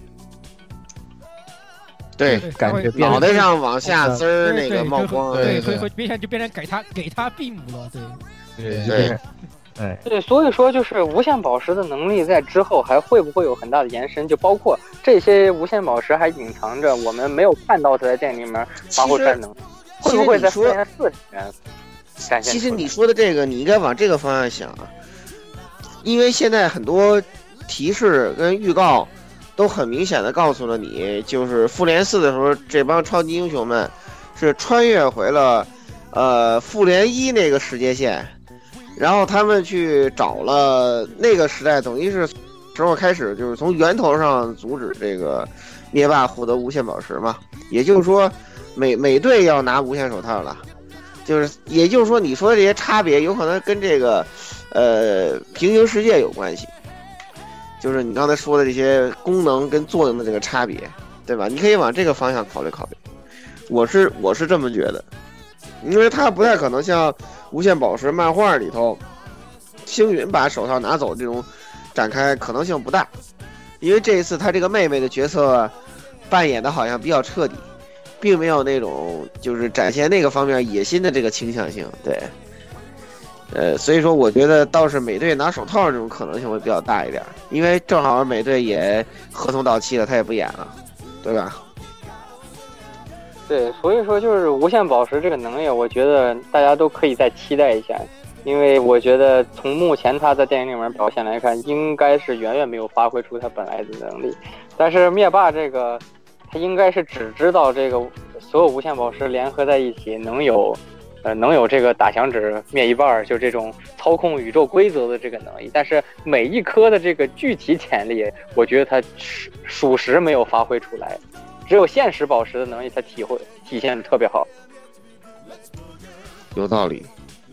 对， 感觉脑袋上往下滋儿那个冒光， 对，会会变成就变成给他给他闭目了，对， 对对。 对对，所以说就是无限宝石的能力在之后还会不会有很大的延伸？就包括这些无限宝石还隐藏着我们没有看到它在电影里面发挥出来能力，会不会在复联四里面展现？ 其实你说的这个，你应该往这个方向想啊，因为现在很多提示跟预告都很明显的告诉了你，就是复联四的时候，这帮超级英雄们是穿越回了呃复联一那个时间线。然后他们去找了那个时代，等于是时候开始，就是从源头上阻止这个灭霸获得无限宝石嘛。也就是说，美美队要拿无限手套了，就是也就是说，你说的这些差别有可能跟这个呃平行世界有关系，就是你刚才说的这些功能跟作用的这个差别，对吧？你可以往这个方向考虑考虑。我是我是这么觉得，因为它不太可能像无限宝石漫画里头星云把手套拿走这种展开可能性不大，因为这一次他这个妹妹的角色扮演的好像比较彻底，并没有那种就是展现那个方面野心的这个倾向性。对，呃，所以说我觉得倒是美队拿手套这种可能性会比较大一点，因为正好美队也合同到期了，他也不演了，对吧？ 对，所以说就是无限宝石这个能力，我觉得大家都可以再期待一下，因为我觉得从目前他在电影里面表现来看，应该是远远没有发挥出他本来的能力。但是灭霸这个，他应该是只知道这个所有无限宝石联合在一起能有呃能有这个打响指灭一半，就这种操控宇宙规则的这个能力，但是每一颗的这个具体潜力，我觉得它属实没有发挥出来，只有现实宝石的能力它体会体现的特别好。 有道理。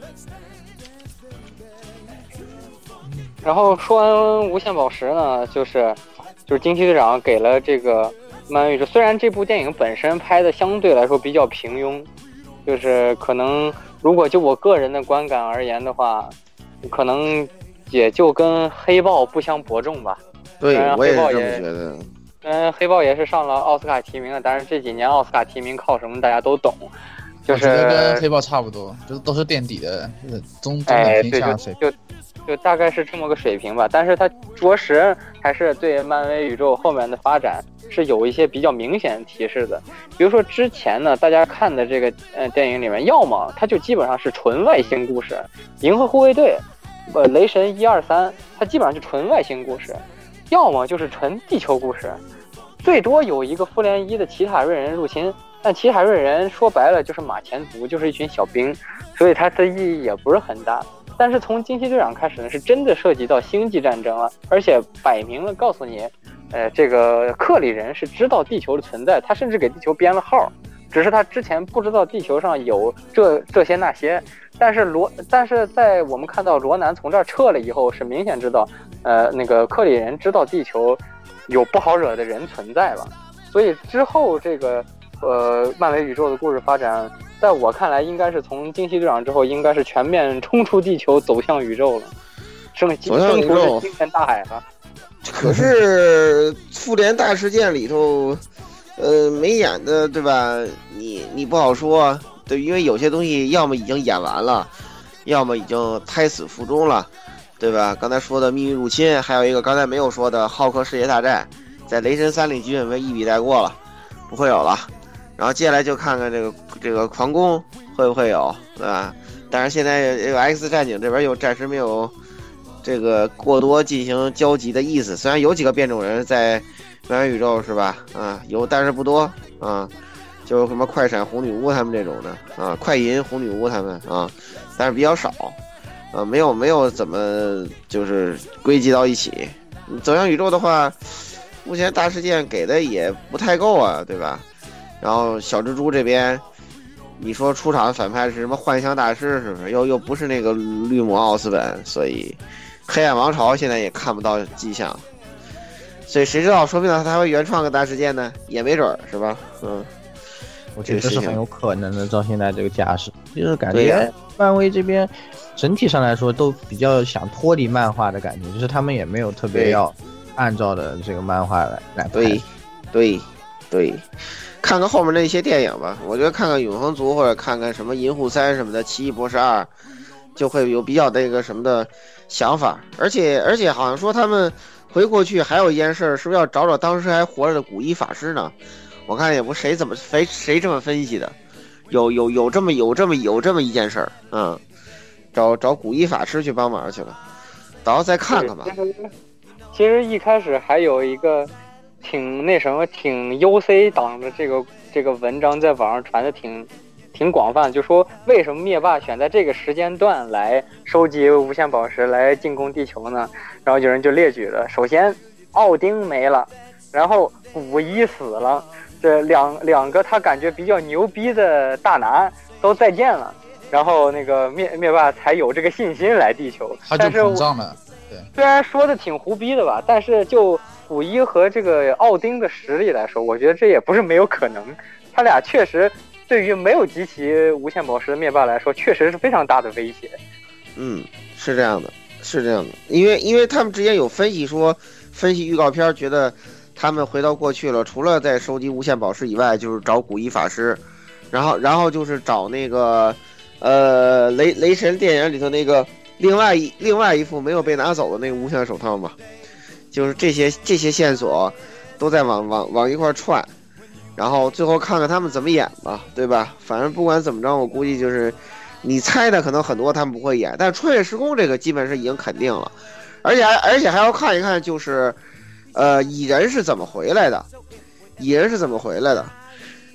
然后说完无限宝石呢，就是就是惊奇队长给了这个漫威宇宙，虽然这部电影本身拍的相对来说比较平庸，就是可能如果就我个人的观感而言的话，可能也就跟黑豹不相伯仲吧。 对，我也是这么觉得。 嗯，黑豹也是上了奥斯卡提名的，但是这几年奥斯卡提名靠什么大家都懂，就是我觉得跟黑豹差不多，就是都是垫底的，就是中中等偏下水平。 哎，就大概是这么个水平吧，但是它着实还是对漫威宇宙后面的发展是有一些比较明显的提示的。比如说之前呢，大家看的这个呃电影里面，要么它就基本上是纯外星故事，银河护卫队、呃雷神一二三，它基本上是纯外星故事，要么就是纯地球故事，最多有一个复联一的奇塔瑞人入侵，但奇塔瑞人说白了就是马前卒，就是一群小兵，所以它的意义也不是很大。但是从惊奇队长开始呢，是真的涉及到星际战争了，而且摆明了告诉你，呃，这个克里人是知道地球的存在，他甚至给地球编了号，只是他之前不知道地球上有这这些那些。但是罗，但是在我们看到罗南从这儿撤了以后，是明显知道，呃，那个克里人知道地球有不好惹的人存在了，所以之后这个呃漫威宇宙的故事发展，在我看来，应该是从惊奇队长之后，应该是全面冲出地球，走向宇宙了，升升出星辰大海了。 可是复联大事件里头，呃，没演的，对吧？你你不好说，对，因为有些东西要么已经演完了，要么已经胎死腹中了，对吧？刚才说的秘密入侵，还有一个刚才没有说的浩克世界大战，在雷神三里基本被一笔带过了，不会有了。然后接下来就看看这个这个狂攻会不会有，对吧？但是现在这个 X 战警这边又暂时没有这个过多进行交集的意思，虽然有几个变种人在漫威宇宙是吧？啊，有，但是不多啊，就什么快闪红女巫他们这种的啊，快银红女巫他们啊，但是比较少啊，没有没有怎么就是归集到一起。走向宇宙的话，目前大事件给的也不太够啊，对吧？然后小蜘蛛这边，你说出场反派是什么幻象大师，是不是？又又不是那个绿魔奥斯本，所以黑暗王朝现在也看不到迹象。所以谁知道，说不定他还会原创个大事件呢，也没准儿，是吧？嗯， 我觉得这是很有可能的。照现在这个架势，就是感觉漫威这边整体上来说都比较想脱离漫画的感觉，就是他们也没有特别要按照的这个漫画来来拍。 对，对，对。看看后面的一些电影吧，我觉得看看永恒族或者看看什么银护三什么的，奇异博士二，就会有比较那个什么的想法。而且而且好像说他们回过去还有一件事，是不是要找找当时还活着的古一法师呢？我看也不谁怎么谁谁这么分析的，有有有这么有这么有这么一件事儿，嗯，找找古一法师去帮忙去了，到时候再看看吧。 其实一开始还有一个。挺那什么，挺 U C 党的这个这个文章在网上传的挺挺广泛，就说为什么灭霸选在这个时间段来收集无限宝石来进攻地球呢？然后有人就列举了，首先奥丁没了，然后古一死了，这两两个他感觉比较牛逼的大拿都再见了，然后那个灭灭霸才有这个信心来地球。 他就膨胀了，对， 虽然说的挺胡逼的吧，但是就古一和这个奥丁的实力来说，我觉得这也不是没有可能。他俩确实对于没有集齐无限宝石的灭霸来说，确实是非常大的威胁。 嗯，是这样的，是这样的，因为因为他们之前有分析说，分析预告片觉得他们回到过去了，除了在收集无限宝石以外，就是找古一法师，然后然后就是找那个呃雷雷神电影里头那个另外一另外一副没有被拿走的那个无限手套嘛。就是这些这些线索都在往往往一块串，然后最后看看他们怎么演吧，对吧？反正不管怎么着，我估计就是你猜的可能很多他们不会演，但穿越时空这个基本是已经肯定了，而且还而且还要看一看，就是呃蚁人是怎么回来的，蚁人是怎么回来的，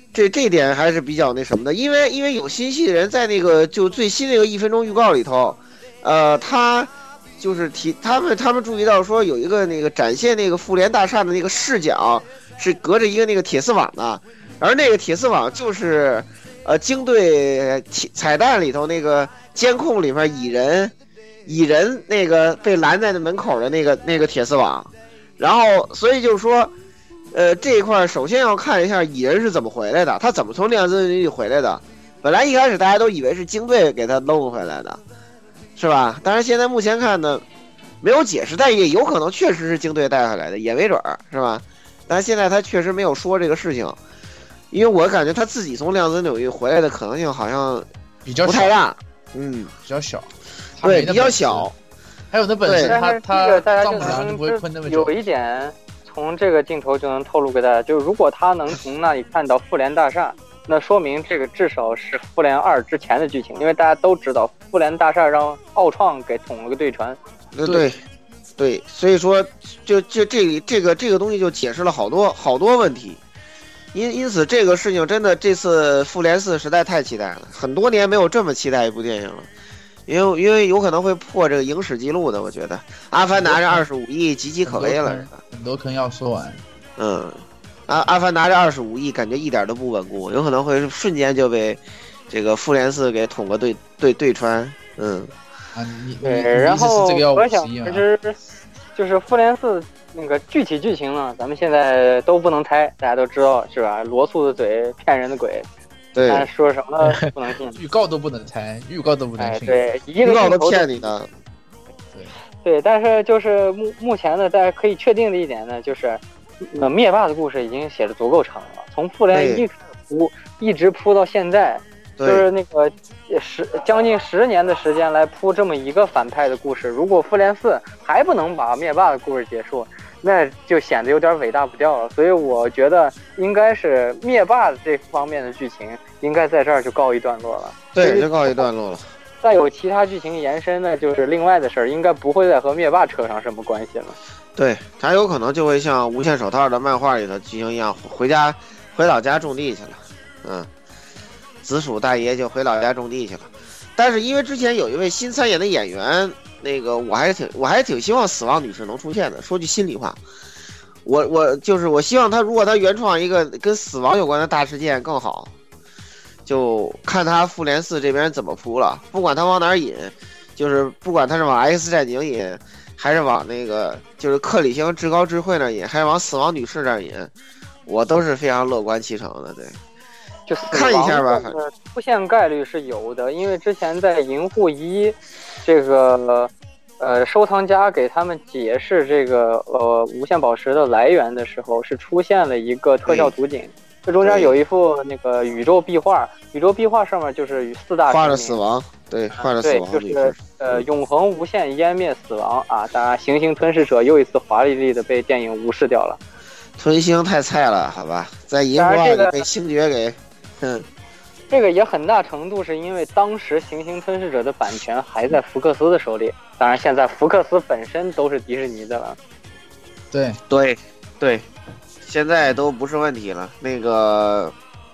这这点还是比较那什么的，因为因为有新戏的人在那个就最新那个一分钟预告里头，呃，他就是提他们他们注意到说有一个那个展现那个复联大厦的那个视角是隔着一个那个铁丝网的，而那个铁丝网就是呃鲸队彩蛋里头那个监控里面蚁人蚁人那个被拦在那门口的那个那个铁丝网，然后所以就是说。呃，这一块首先要看一下蚁人是怎么回来的，他怎么从量子领域回来的。本来一开始大家都以为是鲸队给他弄回来的，是吧？但是现在目前看呢，没有解释，但也有可能确实是鲸队带回来的，也没准儿，是吧？但是现在他确实没有说这个事情，因为我感觉他自己从量子领域回来的可能性好像比较不太大，嗯， 比较小， 对，比较小。 还有那本事，他他丈母娘就不会困那么久。 有一点。从这个镜头就能透露给大家，就是如果他能从那里看到复联大厦，那说明这个至少是复联二之前的剧情，因为大家都知道复联大厦让奥创给捅了个对船。 对对对，所以说就就这里这个这个东西就解释了好多好多问题，因因此这个事情真的这次复联四实在太期待了，很多年没有这么期待一部电影了。因为因为有可能会破这个影史记录的，我觉得《阿凡达》这二十五亿岌岌可危了， 很多坑要说完。 嗯，阿阿凡达这二十五亿感觉一点都不稳固，有可能会瞬间就被这个复联四给捅个对对对穿。嗯， 啊，你对，然后可想而知，就是复联四那个具体剧情呢，咱们现在都不能猜，大家都知道是吧？罗素的嘴骗人的鬼。 对， 说什么不能信， 预告都不能猜，预告都不能信， 哎、对，一个预告都骗你的。 对，对，但是就是目目前呢，大家可以确定的一点呢，就是，呃，灭霸的故事已经写的足够长了，从复联一铺一直铺到现在，就是那个十将近十年的时间来铺这么一个反派的故事。如果复联四还不能把灭霸的故事结束，那就显得有点伟大不掉了，所以我觉得应该是灭霸这方面的剧情应该在这儿就告一段落了。 对，就告一段落了。 再有其他剧情延伸呢，就是另外的事儿，应该不会再和灭霸扯上什么关系了。 对，他有可能就会像无限手套的漫画里头剧情一样，回家回老家种地去了。嗯，紫薯大爷就回老家种地去了。但是因为之前有一位新参演的演员。那个我还是挺我还是挺希望死亡女士能出现的。说句心里话，我我就是我希望他如果他原创一个跟死亡有关的大事件更好，就看他复联四这边怎么铺了。不管他往哪儿引，就是不管他是往 X 战警引，还是往那个就是克里星至高智慧那儿引，还是往死亡女士这儿引，我都是非常乐观其成的。对， 就看一下吧， 出现概率是有的，因为之前在银护一。这个呃，收藏家给他们解释这个呃无限宝石的来源的时候，是出现了一个特效图景，这中间有一幅那个宇宙壁画，宇宙壁画上面就是四大画着死亡，对，画着死亡， 对，就是呃永恒无限湮灭死亡啊！当然，行星吞噬者又一次华丽丽的被电影无视掉了。 吞星太菜了，好吧，在银画里被星爵给，哼。 这个也很大程度是因为当时《行星吞噬者》的版权还在福克斯的手里，当然现在福克斯本身都是迪士尼的了。 对对对，现在都不是问题了。那个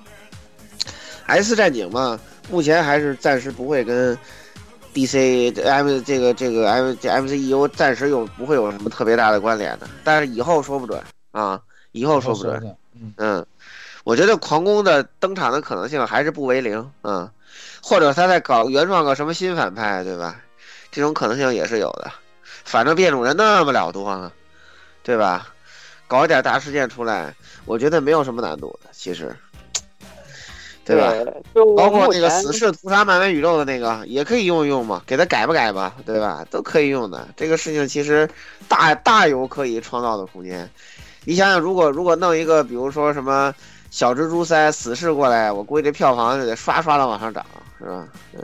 X 战警嘛，目前还是暂时不会跟 D C M 这个这个 M M C E U 暂时有不会有什么特别大的关联的，但是以后说不准啊，以后说不准。嗯。嗯我觉得狂攻的登场的可能性还是不为零，嗯，或者他在搞原创个什么新反派，对吧？这种可能性也是有的。反正变种人那么了多啊，对吧？搞一点大事件出来，我觉得没有什么难度的，其实，对吧？ 对包括那个死侍屠杀漫威宇宙的那个，也可以用一用嘛，给他改吧改吧，对吧？都可以用的。这个事情其实大大有可以创造的空间。你想想，如果如果弄一个，比如说什么。小蜘蛛三死侍过来，我估计这票房就得刷刷的往上涨，是吧？嗯。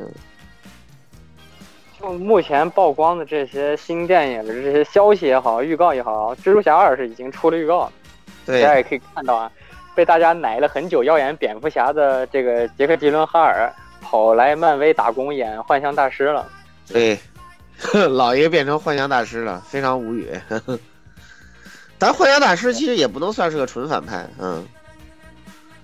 就目前曝光的这些新电影的这些消息也好，预告也好，蜘蛛侠二是已经出了预告了。 对。 大家也可以看到啊，被大家奶了很久要演蝙蝠侠的这个杰克·吉伦哈尔跑来漫威打工演幻象大师了。 对，老爷变成幻象大师了，非常无语。但幻象大师其实也不能算是个纯反派，嗯。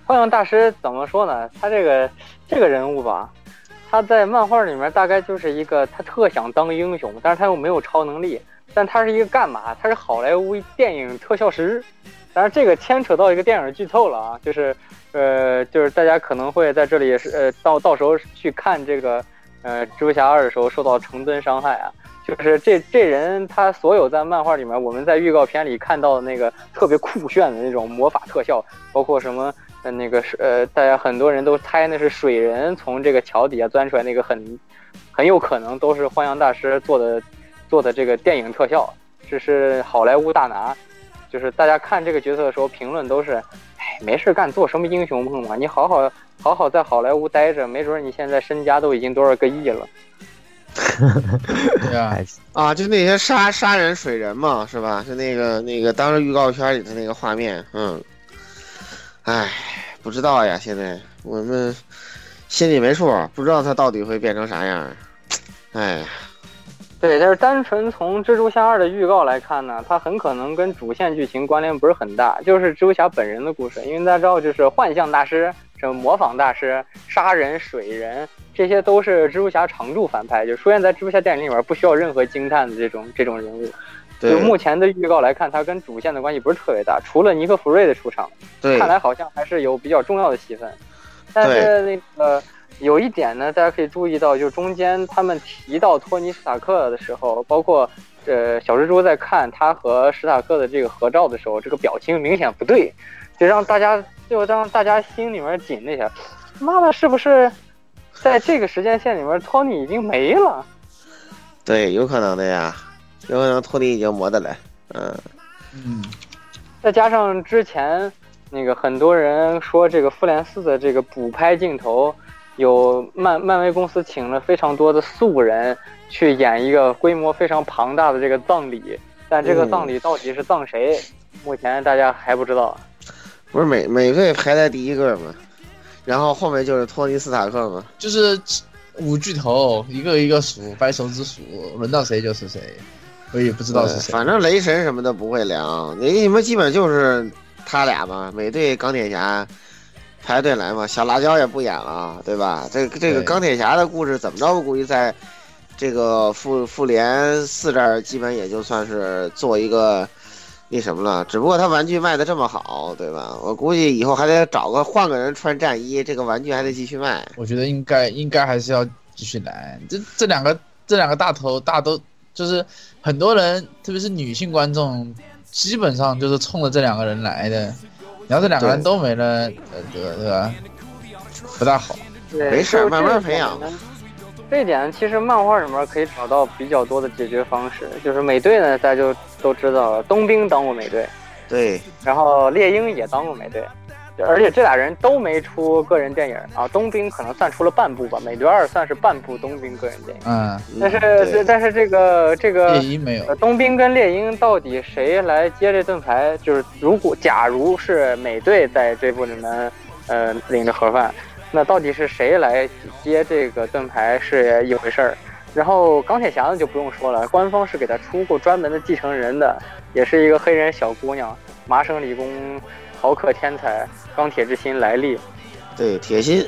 幻象大师怎么说呢？他这个这个人物吧，他在漫画里面大概就是一个他特想当英雄，但是他又没有超能力，但他是一个干嘛？他是好莱坞电影特效师。当然这个牵扯到一个电影剧透了啊，就是呃就是大家可能会在这里是呃到到时候去看这个呃蜘蛛侠二的时候受到成吨伤害啊。就是这这人他所有在漫画里面我们在预告片里看到的那个特别酷炫的那种魔法特效，包括什么呃那个呃大家很多人都猜那是水人从这个桥底下钻出来，那个很很有可能都是幻象大师做的做的这个电影特效，这是好莱坞大拿。就是大家看这个角色的时候评论都是哎没事干做什么英雄梦嘛，你好好好好在好莱坞待着，没准你现在身家都已经多少个亿了。 对啊， 啊，就那些杀杀人水人嘛，是吧？就那个那个当时预告片里的那个画面，嗯，哎，不知道呀，现在我们心里没数，不知道他到底会变成啥样。哎， 对，但是单纯从蜘蛛侠二的预告来看呢，它很可能跟主线剧情关联不是很大，就是蜘蛛侠本人的故事，因为大家知道，就是幻象大师、什么模仿大师、杀人水人。这些都是蜘蛛侠常驻反派，就出现在蜘蛛侠电影里面不需要任何惊叹的这种这种人物。就目前的预告来看，他跟主线的关系不是特别大，除了尼克弗瑞的出场，看来好像还是有比较重要的戏份。但是那个有一点呢，大家可以注意到，就是中间他们提到托尼·斯塔克的时候，包括呃小蜘蛛在看他和史塔克的这个合照的时候，这个表情明显不对，就让大家就让大家心里面紧了一下，妈的，是不是？在这个时间线里面，托尼已经没了。 对，有可能的呀，有可能托尼已经没的了。嗯嗯， 再加上之前那个很多人说这个复联四的这个补拍镜头，有漫漫威公司请了非常多的素人去演一个规模非常庞大的这个葬礼，但这个葬礼到底是葬谁，嗯、目前大家还不知道。 不是美美队排在第一个吗？然后后面就是托尼斯塔克嘛， 就是五巨头一个一个数，掰手指数，轮到谁就是谁，我也不知道是谁。 反正雷神什么的不会凉，你你们基本就是他俩嘛，美队钢铁侠排队来嘛，小辣椒也不演了，对吧？这个这个钢铁侠的故事怎么着，我估计在这个复复联四这儿基本也就算是做一个。那什么了？只不过他玩具卖的这么好，对吧？我估计以后还得找个换个人穿战衣，这个玩具还得继续卖。 我觉得应该应该还是要继续来。这这两个这两个大头大都就是很多人，特别是女性观众，基本上就是冲着这两个人来的。然后这两个人都没了，呃，对吧？对吧？不大好。 没事，慢慢培养。 这一点其实漫画里面可以找到比较多的解决方式，就是美队呢，大家就都知道了，冬兵当过美队， 对， 然后猎鹰也当过美队，而且这俩人都没出个人电影啊，冬兵可能算出了半部吧，美队二算是半部冬兵个人电影， 嗯， 但是但是这个这个猎鹰没有， 冬兵跟猎鹰到底谁来接这盾牌？就是如果假如是美队在这部里面，呃，领着盒饭。那到底是谁来接这个盾牌是一回事儿，然后钢铁侠呢就不用说了，官方是给他出过专门的继承人的，也是一个黑人小姑娘，麻省理工豪客天才，钢铁之心来历。 对，铁心。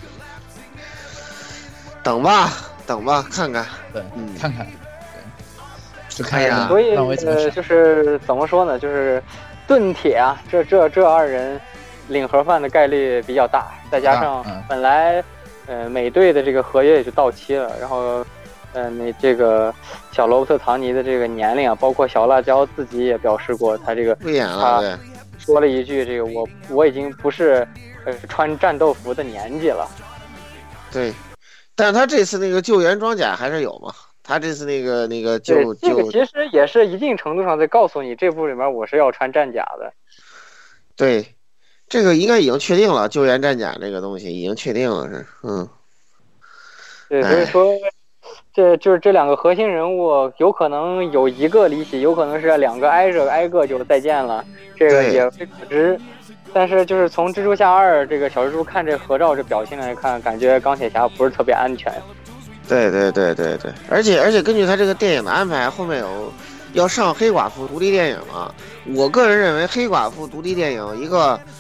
等吧，等吧，看看， 对，嗯，看看，对，就看呀。 所以呃，就是怎么说呢，就是盾铁啊，这这这二人。领盒饭的概率比较大，再加上本来，呃，美队的这个合约也就到期了，然后，呃，那这个小罗伯特·唐尼的这个年龄啊，包括小辣椒自己也表示过，他这个不演了，对， 说了一句，这个我我已经不是呃穿战斗服的年纪了。 对，但是他这次那个救援装甲还是有嘛，他这次那个那个救这个其实也是一定程度上在告诉你，这部里面我是要穿战甲的。 对。这个应该已经确定了，救援战甲这个东西已经确定了，是，嗯， 对，所以说，这就是这两个核心人物，有可能有一个离奇，有可能是两个挨着挨个就再见了，这个也未可知。但是就是从蜘蛛侠二这个小蜘蛛看这合照这表情来看，感觉钢铁侠不是特别安全。 对对对对对，而且而且根据他这个电影的安排，后面有要上黑寡妇独立电影嘛，我个人认为黑寡妇独立电影一个。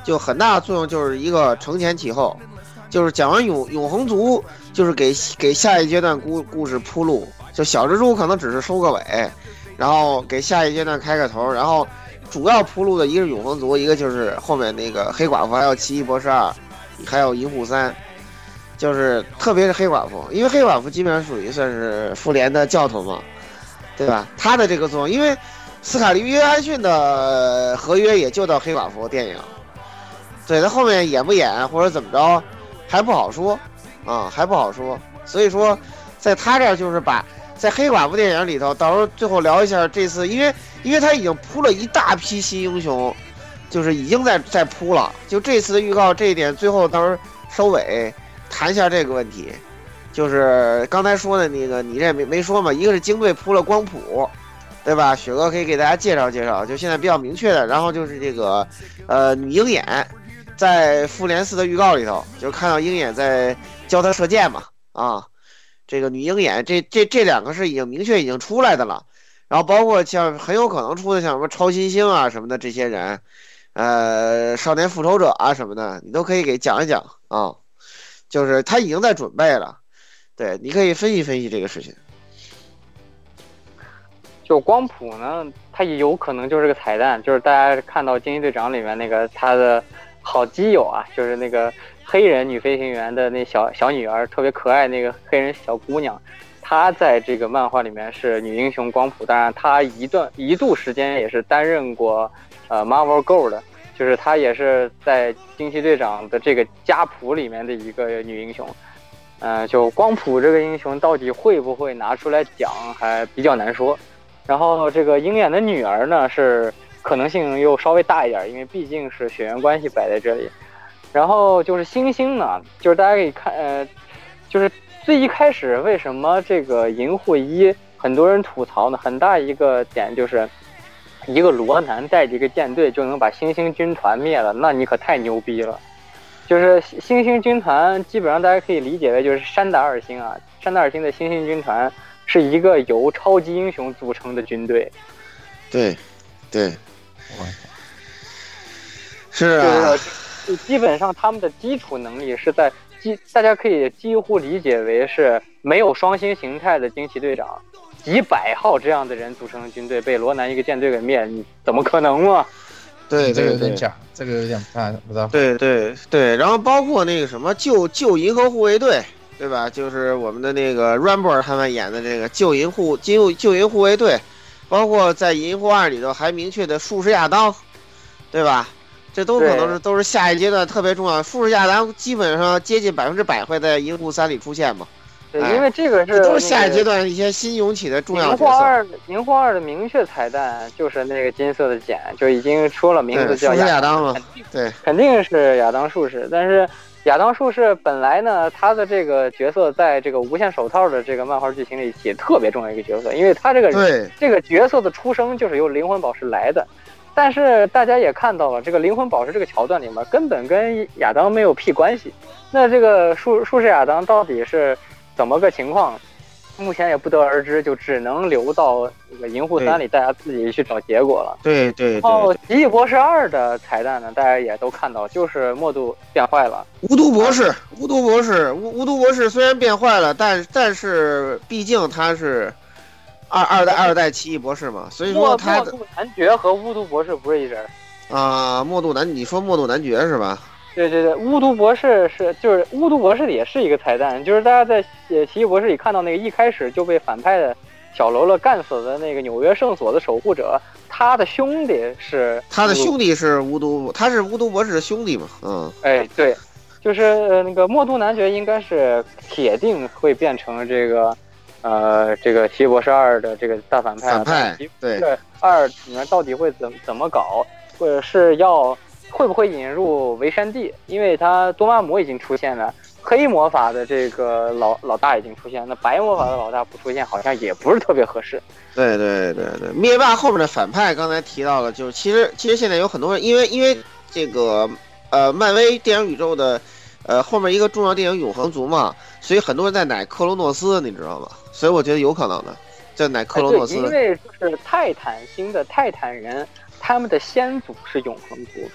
就很大的作用就是一个承前启后，就是讲完永永恒族，就是给给下一阶段故故事铺路。就小蜘蛛可能只是收个尾，然后给下一阶段开个头，然后主要铺路的一个是永恒族，一个就是后面那个黑寡妇，还有奇异博士二，还有银护三。就是特别是黑寡妇，因为黑寡妇基本上属于算是复联的教头嘛，对吧？他的这个作用，因为斯卡利约翰逊的合约也就到黑寡妇电影，对他后面演不演或者怎么着还不好说啊，还不好说。所以说，在他这儿就是把在黑寡妇电影里头，到时候最后聊一下这次，因为因为他已经铺了一大批新英雄，就是已经在在铺了。就这次的预告这一点，最后到时候收尾。谈一下这个问题，就是刚才说的那个，你这没没说嘛？一个是京队铺了光谱，对吧？雪哥可以给大家介绍介绍，就现在比较明确的。然后就是这个，呃，女鹰眼，在复联四的预告里头，就看到鹰眼在教他射箭嘛，啊，这个女鹰眼，这这这两个是已经明确已经出来的了。然后包括像很有可能出的像什么超新星啊什么的这些人，呃，少年复仇者啊什么的，你都可以给讲一讲啊。就是他已经在准备了，对，你可以分析分析这个事情。 就光谱呢，它也有可能就是个彩蛋，就是大家看到惊奇队长里面那个他的好基友啊，就是那个黑人女飞行员的那小小女儿，特别可爱那个黑人小姑娘，她在这个漫画里面是女英雄光谱，当然她一段一度时间也是担任过呃 Marvel Go 的。就是她也是在惊奇队长的这个家谱里面的一个女英雄，呃，就光谱这个英雄到底会不会拿出来讲，还比较难说。然后这个鹰眼的女儿呢，是可能性又稍微大一点，因为毕竟是血缘关系摆在这里。然后就是星星呢，就是大家可以看，呃，就是最一开始为什么这个银护一很多人吐槽呢？很大一个点就是。一个罗南带着一个舰队就能把星星军团灭了，那你可太牛逼了！就是星星军团基本上大家可以理解为就是山达尔星啊，山达尔星的星星军团是一个由超级英雄组成的军队。 对，对，是啊， 就基本上他们的基础能力是在基，大家可以几乎理解为是没有双星形态的惊奇队长。几百号这样的人组成的军队被罗南一个舰队给灭，你怎么可能嘛？ 对， 这个有点假，这个有点不太不知道。 对对对，然后包括那个什么旧旧银河护卫队，对吧？就是我们的那个 Rambo 他们演的这个旧银护旧旧银护卫队，包括在银护二里头还明确的术士亚当，对吧？这都可能是都是下一阶段特别重要。术士亚当基本上接近百分之百会在银护三里出现嘛。 对，因为这个是、那个、都是下一阶段一些新涌起的重要角色。 银护二，银护二的明确彩蛋就是那个金色的茧，就已经说了名字叫亚当了。对， 肯定是亚当术士。但是亚当术士本来呢，他的这个角色在这个无限手套的这个漫画剧情里也特别重要一个角色，因为他这个对这个角色的出生就是由灵魂宝石来的。但是大家也看到了，这个灵魂宝石这个桥段里面根本跟亚当没有屁关系。那这个术术士亚当到底是怎么个情况？目前也不得而知，就只能留到这个银护三里，大家自己去找结果了。 对对对。 然后奇异博士二的彩蛋呢，大家也都看到，就是默度变坏了。 无毒博士，无毒博士，无无毒博士虽然变坏了，但但是毕竟他是二二代二代奇异博士嘛，所以说他默度男爵和巫毒博士不是一人啊、呃。默度男，你说默度男爵是吧？ 对对对，巫毒博士是就是巫毒博士也是一个彩蛋，就是大家在呃奇异博士里看到那个一开始就被反派的小喽啰干死的那个纽约圣所的守护者，他的兄弟是他的兄弟是巫毒，他是巫毒博士的兄弟嘛，嗯， 哎对，就是呃那个默度男爵应该是铁定会变成这个呃这个奇异博士二的这个大反派， 反派对二里面到底会怎怎么搞，或者是要。会不会引入维山蒂？因为他多玛姆已经出现了，黑魔法的这个老老大已经出现，那白魔法的老大不出现，好像也不是特别合适。 对对对对，灭霸后面的反派刚才提到了，就是其实其实现在有很多人，因为因为这个呃漫威电影宇宙的呃后面一个重要电影永恒族嘛，所以很多人在奶克罗诺斯，你知道吗？所以我觉得有可能的，在奶克罗诺斯。 哎、因为就是泰坦星的泰坦人，他们的先祖是永恒族。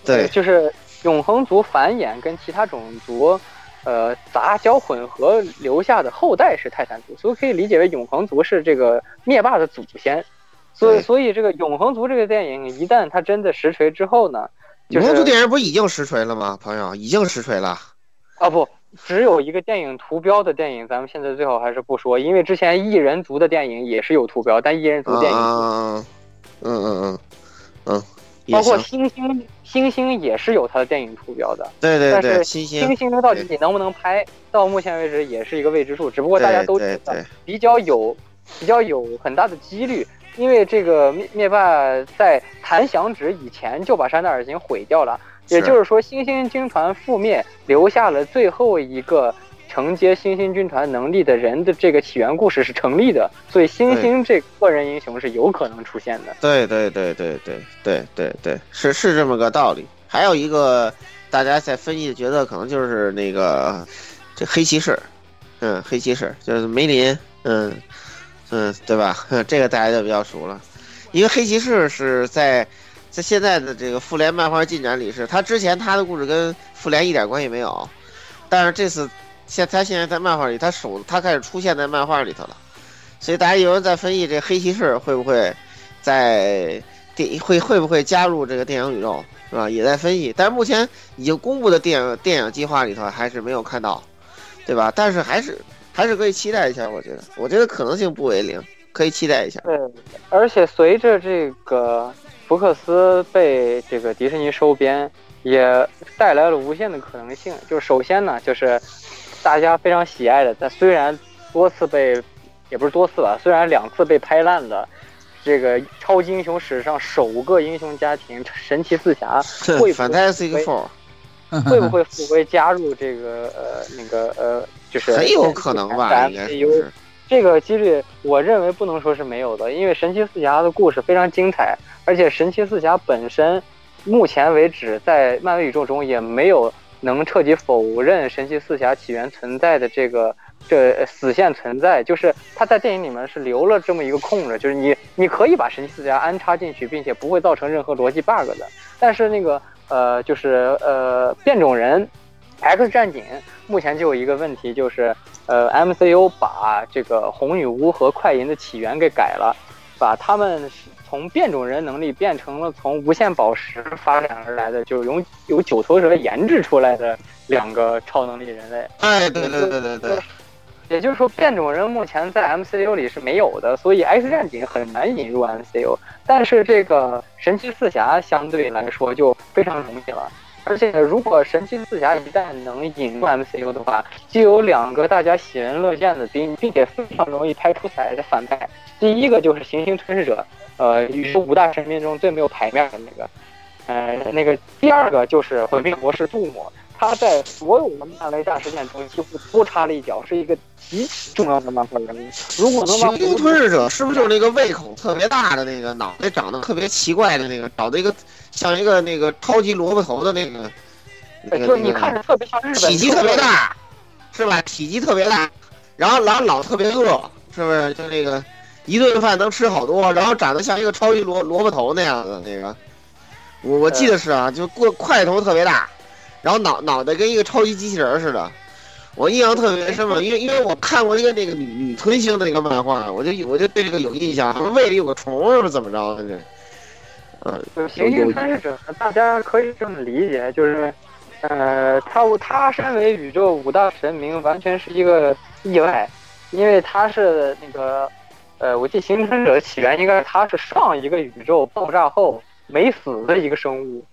对， 就是永恒族繁衍跟其他种族，呃，杂交混合留下的后代是泰坦族，所以可以理解为永恒族是这个灭霸的祖先。所以，所以这个永恒族这个电影一旦它真的实锤之后呢，就是、 永恒族电影不是已经实锤了吗？朋友，已经实锤了。 啊不，只有一个电影图标的电影，咱们现在最好还是不说，因为之前异人族的电影也是有图标，但异人族电影， 嗯嗯嗯嗯嗯， 包括星星，星星也是有它的电影图标的。 对对对， 但是星星星到底能不能拍，到目前为止也是一个未知数。只不过大家都知道，比较有比较有很大的几率。因为这个灭灭霸在弹响指以前就把山达尔星毁掉了，也就是说，星星军团覆灭，留下了最后一个承接星星军团能力的人的这个起源故事是成立的，所以星星这个人英雄是有可能出现的。 对对对对对对对对，是是这么个道理。还有一个大家在分析觉得可能就是那个这黑骑士，嗯，黑骑士就是梅林，嗯。嗯，对吧？这个大家就比较熟了，因为黑骑士是在在现在的这个复联漫画进展里是，他之前他的故事跟复联一点关系没有，但是这次现他现在在漫画里，他手他开始出现在漫画里头了，所以大家有人在分析这黑骑士会不会在电会会不会加入这个电影宇宙，是吧？也在分析，但是目前已经公布的电影电影计划里头还是没有看到，对吧？但是还是。还是可以期待一下，我觉得，我觉得可能性不为零，可以期待一下。 对，而且随着这个福克斯被这个迪士尼收编，也带来了无限的可能性。就是首先呢，就是大家非常喜爱的，但虽然多次被，也不是多次吧，虽然两次被拍烂的，这个超级英雄史上首个英雄家庭神奇四侠会 Fantastic Four 会不会复归加入这个呃那个呃？就是很有可能吧，应该是这个几率，我认为不能说是没有的，因为神奇四侠的故事非常精彩，而且神奇四侠本身，目前为止在漫威宇宙中也没有能彻底否认神奇四侠起源存在的这个这死线存在，就是他在电影里面是留了这么一个空着，就是你你可以把神奇四侠安插进去，并且不会造成任何逻辑 bug 的，但是那个呃就是呃变种人。X 战警目前就有一个问题，就是呃 M C U 把这个红女巫和快银的起源给改了，把他们从变种人能力变成了从无限宝石发展而来的，就是由由九头蛇研制出来的两个超能力人类。 哎，对对对对对。 也就是说，变种人目前在 M C U 里是没有的，所以 X 战警很难引入 M C U。但是这个神奇四侠相对来说就非常容易了。而且，如果神奇四侠一旦能引入 M C U 的话，就有两个大家喜闻乐见的，并并且非常容易拍出彩的反派。第一个就是行星吞噬者，呃，宇宙五大神兵中最没有牌面的那个，呃，那个第二个就是毁灭博士杜姆，他在所有的漫威大事件中几乎都插了一脚，是一个极其重要的漫画人物。如果能把行星吞噬者是不是就是那个胃口特别大的那个，脑袋长得特别奇怪的那个，找的一个像一个那个超级萝卜头的那个， 那个、就是你看着特别像日本， 体积特别大，是吧？体积特别大，然后老老特别饿，是不是？就那个一顿饭能吃好多，然后长得像一个超级萝萝卜头那样的那个，我我记得是啊，就过块头特别大。然后脑脑袋跟一个超级机器人似的，我印象特别深嘛，因为因为我看过一个那个女女吞星的那个漫画，我就我就对这个有印象，说胃里有个虫是不是怎么着的这？ 嗯，行星吞噬者，大家可以这么理解，就是，呃，他他身为宇宙五大神明，完全是一个意外，因为他是那个，呃，我记得行星吞噬者的起源应该是他是上一个宇宙爆炸后没死的一个生物。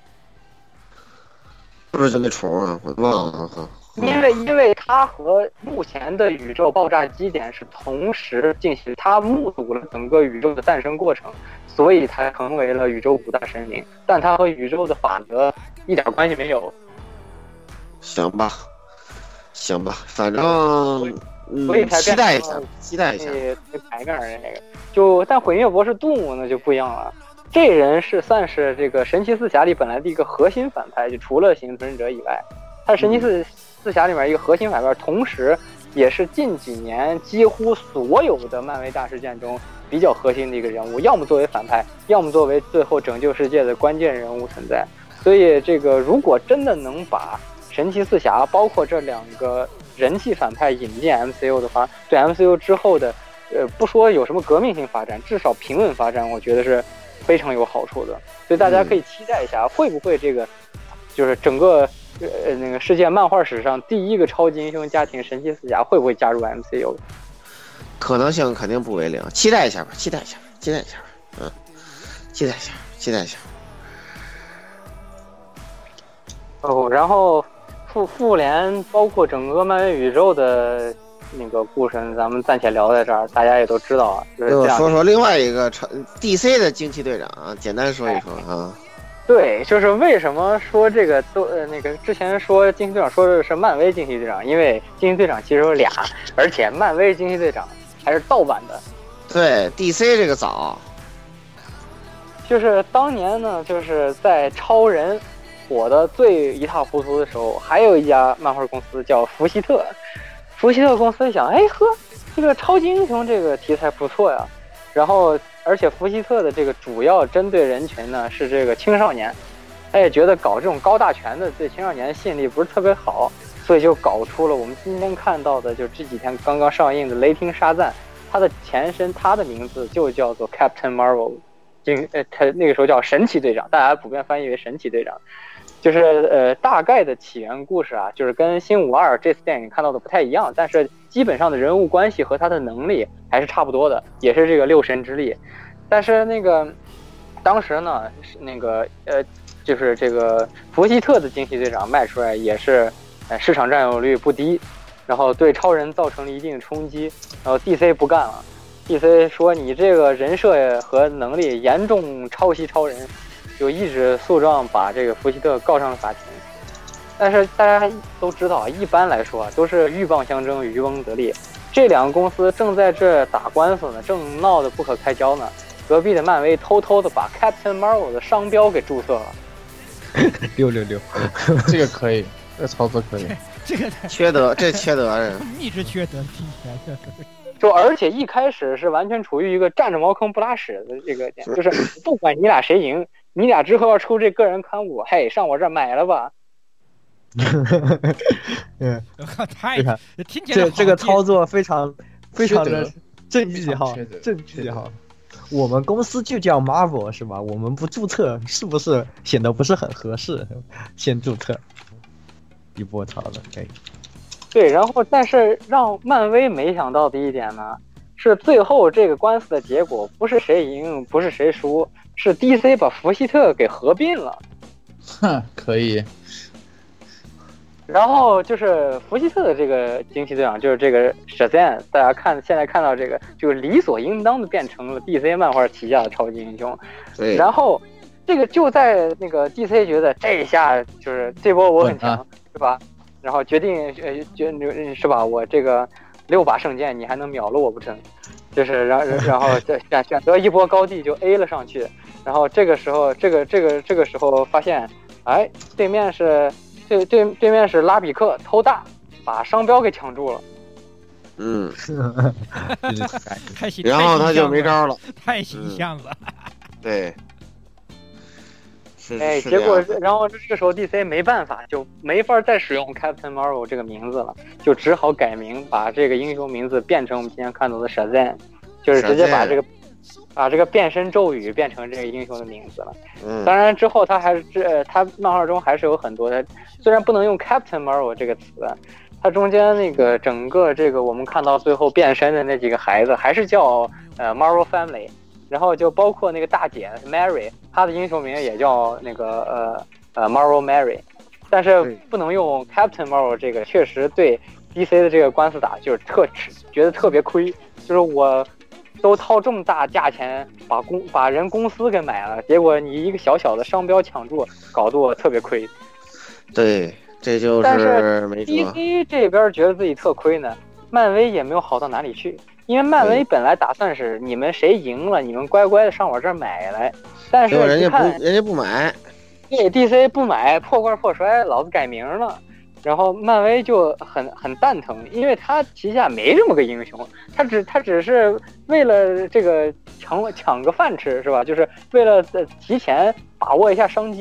是不是就那虫啊？我忘了。 因为因为它和目前的宇宙爆炸基点是同时进行，它目睹了整个宇宙的诞生过程，所以它成为了宇宙五大神灵。但它和宇宙的法则一点关系没有。 行吧，行吧，反正嗯， 所以才期待一下，期待一下。 排面的那个，就但毁灭博士杜姆呢就不一样了。这人是算是这个神奇四侠里本来的一个核心反派，就除了行星吞噬者以外，他是神奇四四侠里面一个核心反派，同时也是近几年几乎所有的漫威大事件中比较核心的一个人物，要么作为反派，要么作为最后拯救世界的关键人物存在。 所以这个如果真的能把神奇四侠包括这两个人气反派引进 M C U 的话，对 M C U 之后的呃不说有什么革命性发展，至少平稳发展，我觉得是非常有好处的。所以大家可以期待一下，会不会这个就是整个呃那个世界漫画史上第一个超级英雄家庭神奇四侠会不会加入 M C U？ 可能性肯定不为零，期待一下吧，期待一下，期待一下，嗯，期待一下，期待一下。 哦，然后复复联包括整个漫威宇宙的那个故事，咱们暂且聊在这儿，大家也都知道啊。就是这样。 说说另外一个超 D C 的惊奇队长啊，简单说一说啊。 对，就是为什么说这个都呃那个之前说惊奇队长说的是漫威惊奇队长，因为惊奇队长其实有俩，而且漫威惊奇队长还是盗版的。 对 ，D C 这个早， 就是当年呢，就是在超人火的最一塌糊涂的时候，还有一家漫画公司叫福希特。福希特公司想，哎呵，这个超级英雄这个题材不错呀。然后，而且福希特的这个主要针对人群呢是这个青少年，他也觉得搞这种高大全的对青少年吸引力不是特别好，所以就搞出了我们今天看到的，就是这几天刚刚上映的《雷霆沙赞》，它的前身，它的名字就叫做 Captain Marvel。呃，他那个时候叫神奇队长，大家普遍翻译为神奇队长，就是呃大概的起源故事啊，就是跟新五二这次电影看到的不太一样，但是基本上的人物关系和他的能力还是差不多的，也是这个六神之力。但是那个当时呢，那个呃就是这个福希特的惊奇队长卖出来也是呃市场占有率不低，然后对超人造成了一定的冲击，然后 D C 不干了。D C 说你这个人设和能力严重抄袭超人，就一纸诉状把这个福希特告上了法庭。但是大家都知道，一般来说都是鹬蚌相争，渔翁得利。这两个公司正在这打官司呢，正闹得不可开交呢。隔壁的漫威偷偷的把 Captain Marvel 的商标给注册了。 六六六， 这个可以，这个操作可以。 这个缺德，这缺德呀！ 一直缺德，听起来就而且一开始是完全处于一个占着茅坑不拉屎的这个点，就是不管你俩谁赢，你俩之后要出这个人刊物，嘿，上我这儿买了吧。 嗯， 太听起来这这个操作非常非常的正义哈，正义哈。我们公司就叫 Marvel 是吧？我们不注册是不是显得不是很合适？先注册，一波操的可以。 对，然后但是让漫威没想到的一点呢，是最后这个官司的结果不是谁赢，不是谁输，是 D C 把福希特给合并了。 哼，可以。 然后就是福希特的这个惊奇队长，就是这个 Shazam， 大家看现在看到这个，就是理所应当的变成了 D C 漫画旗下的超级英雄。 对。 然后这个就在那个 D C 觉得这一下就是这波我很强，啊、是吧？然后决定呃决是吧？我这个六把圣剑，你还能秒了我不成？就是然然后选选择一波高地就 A 了上去。然后这个时候，这个这个这个时候发现，哎，对面是。对对对面是拉比克偷大，把商标给抢住了。 嗯， 太形然后他就没招了， 太形象了。 嗯、对，是哎，结果然后这个时候 D C 没办法，就没法再使用 Captain Marvel 这个名字了，就只好改名，把这个英雄名字变成我们今天看到的 Shazam， 就是直接把这个。把这个变身咒语变成这个英雄的名字了。 嗯， 当然之后他还是这他漫画中还是有很多的，虽然不能用 Captain Marvel 这个词，它中间那个整个这个我们看到最后变身的那几个孩子还是叫呃 Marvel Family， 然后就包括那个大姐 Mary， 她的英雄名也叫那个呃呃 Marvel Mary， 但是不能用 Captain Marvel 这个，确实对 D C 的这个官司打就是特觉得特别亏，就是我。都掏这么大价钱把公把人公司给买了，结果你一个小小的商标抢注，搞得我特别亏。 对，这就是但是没 D C 这边觉得自己特亏呢，漫威也没有好到哪里去，因为漫威本来打算是你们谁赢了，你们乖乖的上我这儿买来，但是人家不人家不买， 对 D C 不买，破罐破摔，老子改名了。然后漫威就很很蛋疼，因为他旗下没这么个英雄，他只他只是为了这个抢抢个饭吃是吧？就是为了提前把握一下商机，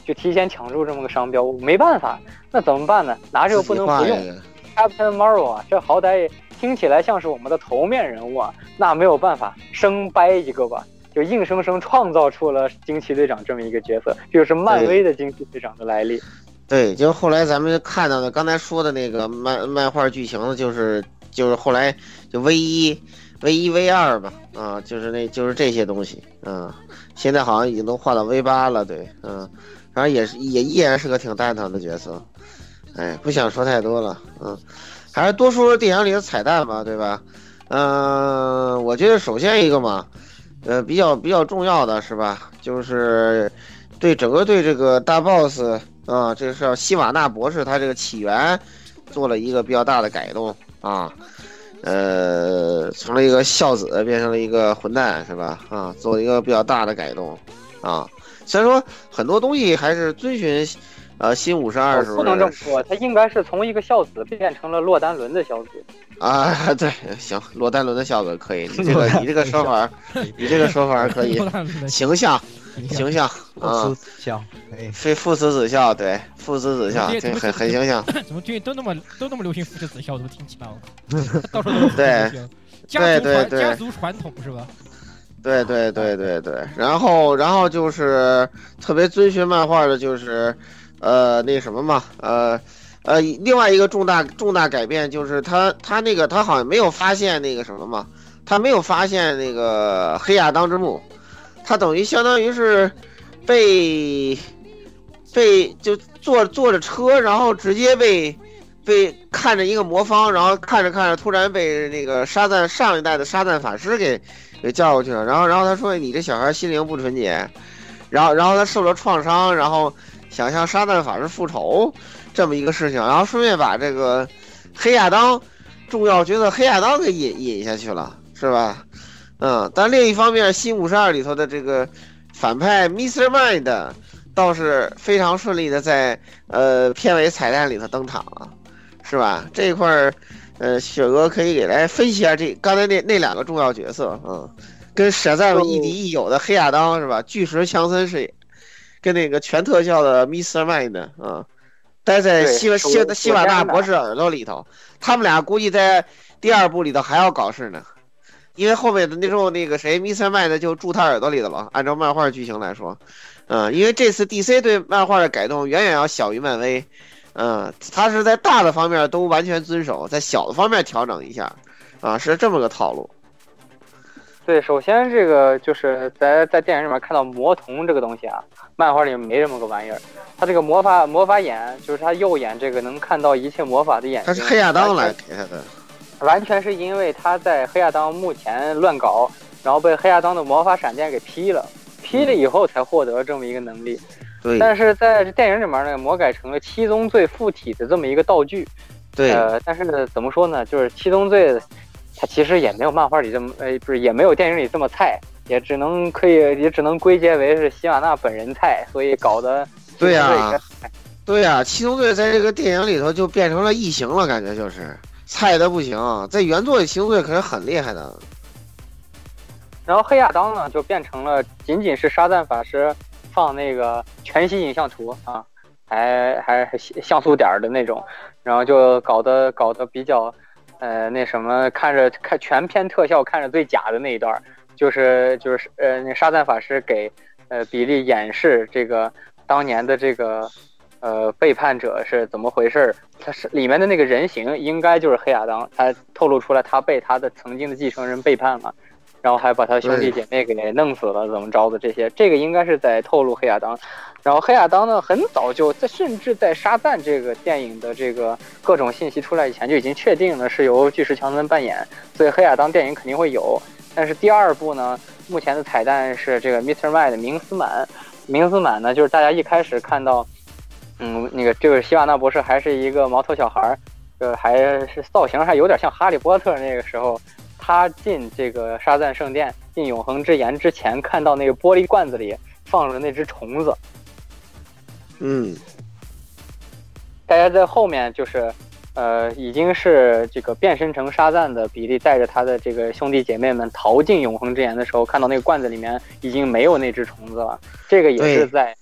就提前抢注这么个商标，没办法，那怎么办呢？拿这个不能不用 Captain Marvel 啊，这好歹听起来像是我们的头面人物啊，那没有办法，生掰一个吧，就硬生生创造出了惊奇队长这么一个角色，这就是漫威的惊奇队长的来历。 对，就是后来咱们看到的刚才说的那个漫漫画剧情，就是就是后来就 V 一 V 一 V 二吧，啊，就是那就是这些东西，嗯，现在好像已经都画到 V 八了，对，嗯，反正也是也依然是个挺蛋疼的角色，哎，不想说太多了，嗯，还是多说说电影里的彩蛋吧，对吧？嗯，我觉得首先一个嘛，呃，比较比较重要的是吧，就是对整个对这个大 boss。啊，这是叫希瓦纳博士，他这个起源做了一个比较大的改动啊，呃，从了一个孝子变成了一个混蛋，是吧？啊，做了一个比较大的改动啊。虽然说很多东西还是遵循呃新五十二时候， 不能这么说，他应该是从一个孝子变成了洛丹伦的孝子啊。对，行，洛丹伦的孝子可以，你这个你这个说法，你这个说法可以，形象。形象啊， 父慈子孝， 非父慈子孝，对，父慈子孝，对，很很形象。 怎么最近都那么都那么流行父慈子孝？怎么听起来到处都是对， 家族传对家族传统是吧？ 对对对对对，然后然后就是特别遵循漫画的，就是呃那什么嘛，呃呃另外一个重大重大改变就是他他那个他好像没有发现那个什么嘛，他没有发现那个黑亚当之墓。他等于相当于是被被就坐坐着车，然后直接被被看着一个魔方，然后看着看着突然被那个沙赞上一代的沙赞法师给给叫过去了，然后然后他说你这小孩心灵不纯洁，然后然后他受了创伤，然后想向沙赞法师复仇这么一个事情，然后顺便把这个黑亚当重要角色黑亚当给引引下去了，是吧？嗯，但另一方面，新五十二里头的这个反派 mister Mind 倒是非常顺利的在呃片尾彩蛋里头登场了，是吧？这一块儿，呃，雪哥可以给来分析一下这刚才那那两个重要角色，嗯，跟舍赞一敌一友的黑亚当是吧？巨石强森饰演，跟那个全特效的 mister Mind 啊、嗯，待在希希希瓦纳博士耳朵里头，他们俩估计在第二部里头还要搞事呢。因为后面的那时候那个谁 mister Mind 就住他耳朵里的了，按照漫画剧情来说，嗯，因为这次 D C 对漫画的改动远远要小于漫威，嗯，他是在大的方面都完全遵守，在小的方面调整一下，啊，是这么个套路。 对，首先这个就是在在电影里面看到魔童这个东西啊，漫画里没这么个玩意儿。他这个魔法魔法眼，就是他右眼这个能看到一切魔法的眼睛， 他是黑亚当来给他的。 完全是因为他在黑亚当墓前乱搞，然后被黑亚当的魔法闪电给劈了，劈了以后才获得这么一个能力。 对。 但是在电影里面呢，魔改成了七宗罪附体的这么一个道具。 对。 呃，但是呢，怎么说呢？就是七宗罪，它其实也没有漫画里这么，呃，不是也没有电影里这么菜，也只能可以，也只能归结为是希瓦纳本人菜，所以搞得。 对呀、啊。对呀、啊，七宗罪在这个电影里头就变成了异形了，感觉就是。菜的不行，在原作里七宗罪可是很厉害的。 然后黑亚当呢，就变成了仅仅是沙赞法师放那个全息影像图啊，还还像素点的那种，然后就搞得搞得比较，呃，那什么，看着看全片特效看着最假的那一段，就是就是呃，那沙赞法师给呃比利演示这个当年的这个。呃，背叛者是怎么回事？他是里面的那个人形应该就是黑亚当，他透露出来他被他的曾经的继承人背叛了，然后还把他兄弟姐妹给弄死了，怎么着的这些，这个应该是在透露黑亚当。然后黑亚当呢，很早就在，甚至在沙赞这个电影的这个各种信息出来以前就已经确定了是由巨石强森扮演，所以黑亚当电影肯定会有。但是第二部呢，目前的彩蛋是这个 mister Mind 明斯满，明斯满呢就是大家一开始看到。嗯，那个这个希瓦纳博士还是一个毛头小孩，呃，还是造型还有点像哈利波特那个时候，他进这个沙赞圣殿，进永恒之岩之前，看到那个玻璃罐子里放着那只虫子。 嗯， 大家在后面就是，呃，已经是这个变身成沙赞的比利带着他的这个兄弟姐妹们逃进永恒之岩的时候，看到那个罐子里面已经没有那只虫子了，这个也是在。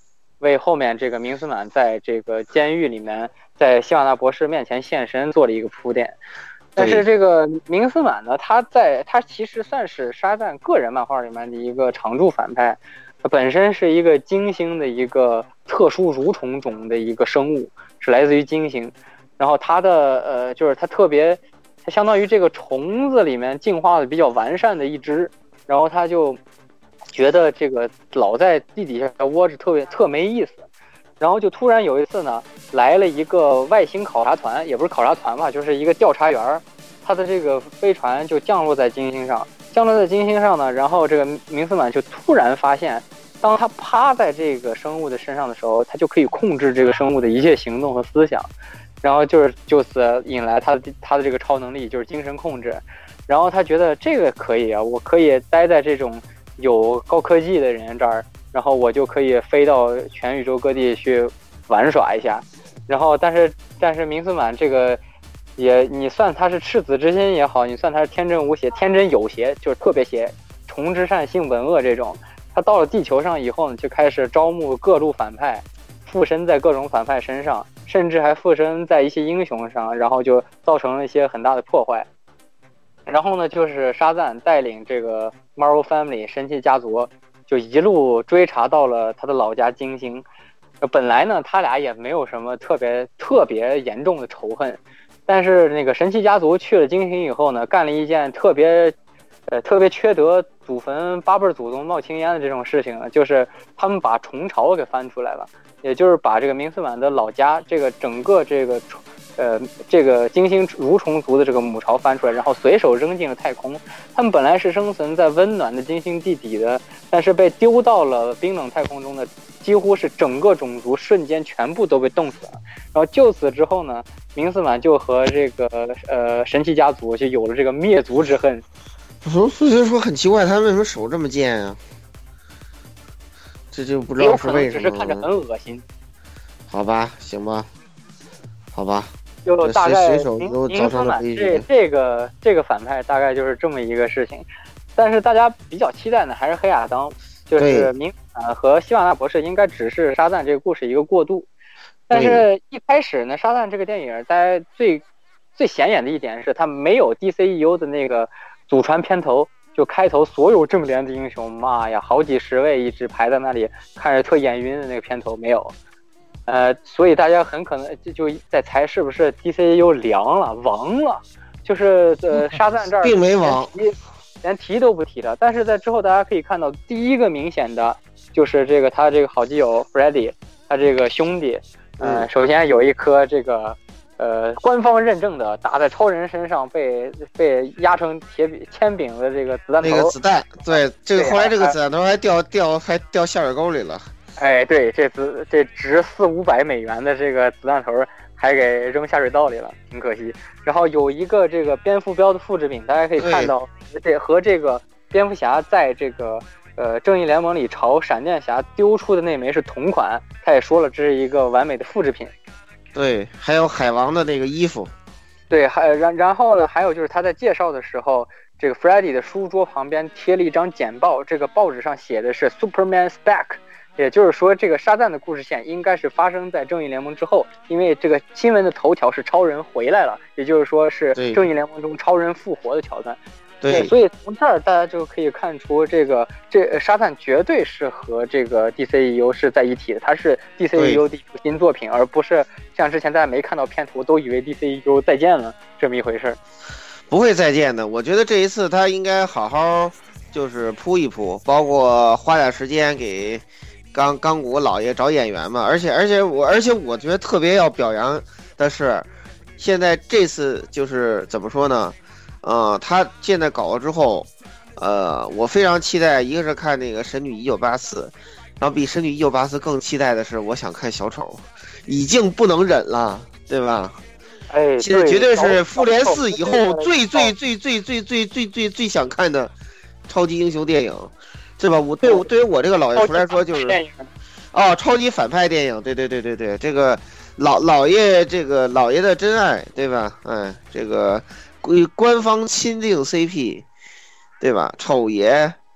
为后面这个明斯满在这个监狱里面，在希瓦纳博士面前现身做了一个铺垫。但是这个明斯满呢，他在他其实算是沙赞个人漫画里面的一个常驻反派，他本身是一个金星的一个特殊蠕虫种的一个生物，是来自于金星。然后他的呃，就是他特别，他相当于这个虫子里面进化的比较完善的一只，然后他就觉得这个老在地底下窝着特别特没意思。然后就突然有一次呢，来了一个外星考察团，也不是考察团吧，就是一个调查员，他的这个飞船就降落在金星上，降落在金星上呢，然后这个明斯满就突然发现，当他趴在这个生物的身上的时候，他就可以控制这个生物的一切行动和思想，然后就是就此引来他的他的这个超能力，就是精神控制。然后他觉得这个可以啊，我可以待在这种有高科技的人这儿。然后我就可以飞到全宇宙各地去玩耍一下，然后但是但是明斯满这个也你算他是赤子之心也好，你算他是天真无邪，天真有邪就是特别邪，虫之善性本恶这种。他到了地球上以后呢，就开始招募各路反派，附身在各种反派身上，甚至还附身在一些英雄上，然后就造成了一些很大的破坏。然后呢，就是沙赞带领这个 Marvel Family 神奇家族。就一路追查到了他的老家金星，本来呢他俩也没有什么特别特别严重的仇恨，但是那个神奇家族去了金星以后呢，干了一件特别呃特别缺德祖坟八辈祖宗冒青烟的这种事情呢，就是他们把虫巢给翻出来了，也就是把这个明斯满的老家这个整个这个呃这个金星蠕虫族的这个母巢翻出来，然后随手扔进了太空。他们本来是生存在温暖的金星地底的，但是被丢到了冰冷太空中的，几乎是整个种族瞬间全部都被冻死了。然后就此之后呢，明斯满就和这个呃神奇家族就有了这个灭族之恨。 我所以说很奇怪，他为什么手这么贱啊？这就不知道是为什么。 只是看着很恶心。 好吧，行吧，好吧。 就大概水手都造成了悲剧。 这这个这个反派大概就是这么一个事情，但是大家比较期待的还是黑亚当，就是明呃和希瓦纳博士应该只是沙赞这个故事一个过渡。但是一开始呢，沙赞这个电影大家最最显眼的一点是，他没有 D C E U 的那个祖传片头，就开头所有正联的英雄，妈呀，好几十位一直排在那里，看着特眼晕的那个片头没有。呃，所以大家很可能就就在猜是不是 D C E U 凉了、亡了，就是呃沙赞这儿并没亡， 连提都不提的。但是在之后大家可以看到，第一个明显的就是这个他这个好基友 Freddy， 他这个兄弟，呃，首先有一颗这个呃官方认证的打在超人身上被被压成铁笔铅饼的这个子弹头， 那个子弹，对，这个后来这个子弹头还掉掉还掉下水沟里了。 哎，对，这子这值四五百美元的这个子弹头还给扔下水道里了，挺可惜。然后有一个这个蝙蝠标的复制品，大家可以看到，这和这个蝙蝠侠在这个呃正义联盟里朝闪电侠丢出的那枚是同款，他也说了这是一个完美的复制品。 对，还有海王的那个衣服。 对，还然然后呢，还有就是他在介绍的时候，这个 Freddy 的书桌旁边贴了一张简报，这个报纸上写的是 Superman's Back。也就是说，这个沙赞的故事线应该是发生在正义联盟之后，因为这个新闻的头条是超人回来了，也就是说是正义联盟中超人复活的桥段。 对， 所以从这儿大家就可以看出，这个这沙赞绝对是和这个 D C E U 是在一起的，它是 D C E U 的一部新作品，而不是像之前大家没看到片头都以为 D C E U 再见了这么一回事。 不会再见的，我觉得这一次他应该好好就是铺一铺，包括花点时间给。钢钢骨老爷找演员嘛，而且而且我而且我觉得特别要表扬的是，现在这次就是怎么说呢？呃，他现在搞了之后，呃，我非常期待，一个是看那个神女一九八四，然后比神女一九八四更期待的是，我想看小丑，已经不能忍了，对吧？ 哎， 现在绝对是复联四以后最最最最最最最最最想看的超级英雄电影。是吧？我对我对于我这个老爷出来说就是，哦，超级反派电影，对对对对对，这个老老爷这个老爷的真爱，对吧？哎，这个归官方钦定 C P， 对吧？丑爷，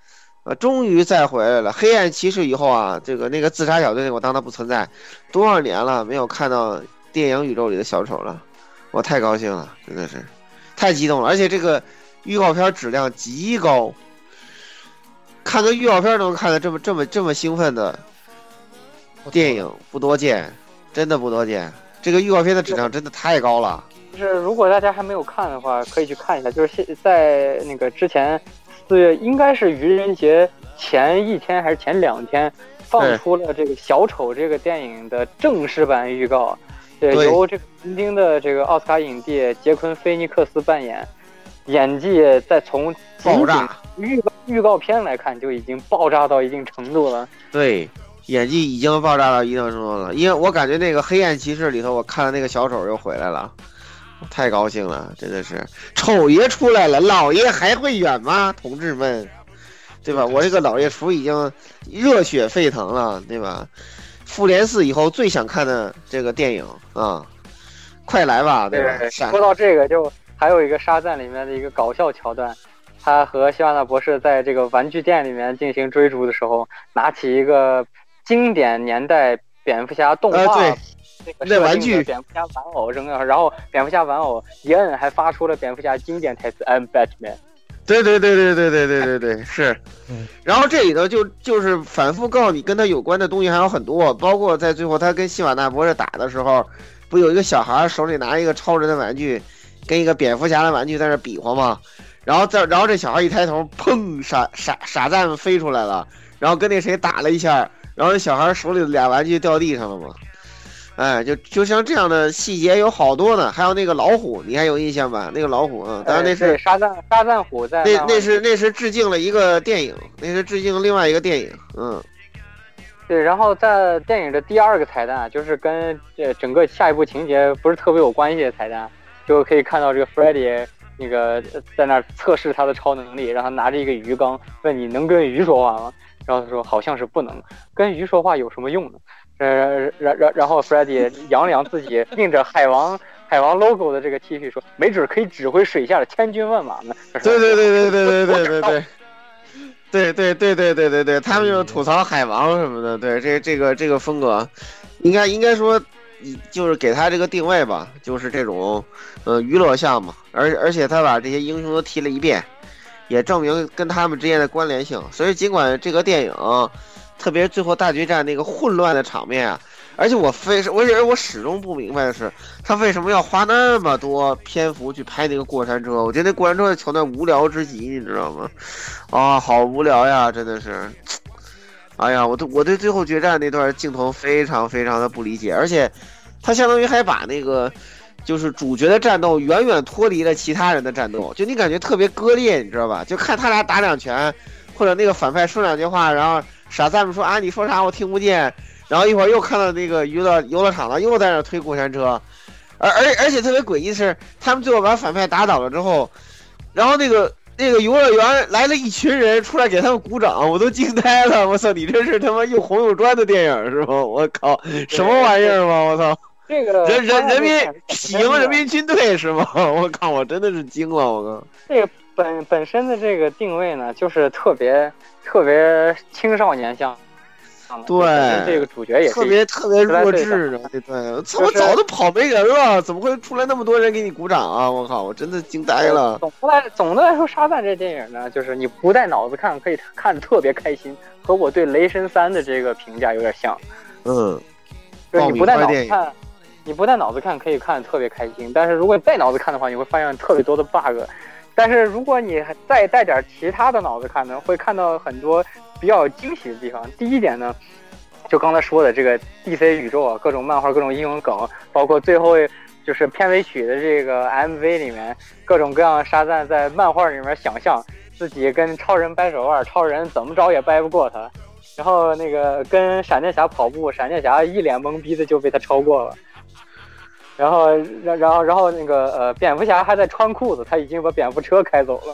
呃，终于再回来了。黑暗骑士以后啊，这个那个自杀小队我当它不存在，多少年了没有看到电影宇宙里的小丑了，我太高兴了，真的是太激动了，而且这个预告片质量极高，看个预告片都能看得这么这么这么兴奋的电影不多见，真的不多见。这个预告片的质量真的太高了。 就是如果大家还没有看的话，可以去看一下。就是现在那个之前四月应该是愚人节前一天还是前两天放出了这个小丑这个电影的正式版预告，对，由这个曾经的这个奥斯卡影帝杰昆·菲尼克斯扮演，演技在从爆炸预告预告片来看就已经爆炸到一定程度了。 对，演技已经爆炸到一定程度了，因为我感觉那个黑暗骑士里头，我看了那个小丑又回来了。太高兴了，真的是丑爷出来了，老爷还会远吗？同志们，对吧？我这个老爷厨已经热血沸腾了，对吧？复联四以后最想看的这个电影啊，快来吧，对吧？ 对，说到这个，就还有一个沙赞里面的一个搞笑桥段，他和希瓦纳博士在这个玩具店里面进行追逐的时候，拿起一个经典年代蝙蝠侠动画。呃对那玩具蝙蝠侠玩偶扔了，然后蝙蝠侠玩偶一摁，还发出了蝙蝠侠经典台词 "I'm Batman"。 对对对对对对对对对，是。然后这里头就就是反复告诉你跟他有关的东西还有很多，包括在最后他跟希瓦纳博士打的时候，不有一个小孩手里拿一个超人的玩具，跟一个蝙蝠侠的玩具在那比划吗？然后再然后这小孩一抬头，砰，傻傻傻蛋飞出来了，然后跟那谁打了一下，然后那小孩手里的俩玩具掉地上了嘛。哎，就就像这样的细节有好多呢，还有那个老虎，你还有印象吧？那个老虎啊，当然那是沙赞沙赞虎在那那是那是致敬了一个电影，那是致敬另外一个电影，嗯， 对。然后在电影的第二个彩蛋，就是跟这整个下一部情节不是特别有关系的彩蛋，就可以看到这个 Freddy 那个在那儿测试他的超能力，让他拿着一个鱼缸，问你能跟鱼说话吗？然后他说好像是不能，跟鱼说话有什么用呢？呃，然然然后 Freddy 扬了扬自己印着海王海王 logo 的这个 T 恤，说没准可以指挥水下的千军万马呢。 对对对对对对对对对。对对对对对对对，他们就是吐槽海王什么的，对这这个这个风格，应该应该说，就是给他这个定位吧，就是这种呃娱乐项目，而而且他把这些英雄都提了一遍，也证明跟他们之间的关联性。所以尽管这个电影，特别是最后大决战那个混乱的场面啊，而且我非我觉得我始终不明白的是，他为什么要花那么多篇幅去拍那个过山车？我觉得那过山车的桥段无聊之极，你知道吗？啊，好无聊呀，真的是。哎呀，我对我对最后决战那段镜头非常非常的不理解，而且他相当于还把那个就是主角的战斗远远脱离了其他人的战斗，就你感觉特别割裂，你知道吧？就看他俩打两拳，或者那个反派说两句话，然后傻赞们说啊你说啥我听不见，然后一会儿又看到那个娱乐游乐场了，又在那推过山车，而而而且特别诡异的是，他们最后把反派打倒了之后，然后那个。那个游乐园来了一群人出来给他们鼓掌，我都惊呆了！我操，你这是他妈又红又专的电影是吗？我靠，什么玩意儿吗？我操， 这个人人人民喜迎人民军队是吗？我靠，我真的是惊了！我靠， 这个本本身的这个定位呢，就是特别特别青少年向。 对， 这个主角也是特别特别弱智的，对对，操，我早都跑没人了，怎么会出来那么多人给你鼓掌啊？我靠，我真的惊呆了。 总的来总的来说，沙赞这电影呢，就是你不带脑子看，可以看得特别开心，和我对雷神三的这个评价有点像。 嗯， 就是你不带脑子看，你不带脑子看可以看得特别开心，但是如果你带脑子看的话，你会发现特别多的 bug。但是如果你再带点其他的脑子看呢，会看到很多比较惊喜的地方。第一点呢，就刚才说的这个 D C 宇宙啊，各种漫画、各种英雄梗，包括最后就是片尾曲的这个 M V 里面，各种各样沙赞在漫画里面想象自己跟超人掰手腕，超人怎么着也掰不过他，然后那个跟闪电侠跑步，闪电侠一脸懵逼的就被他超过了。然后，然然后，然后那个呃，蝙蝠侠还在穿裤子，他已经把蝙蝠车开走了。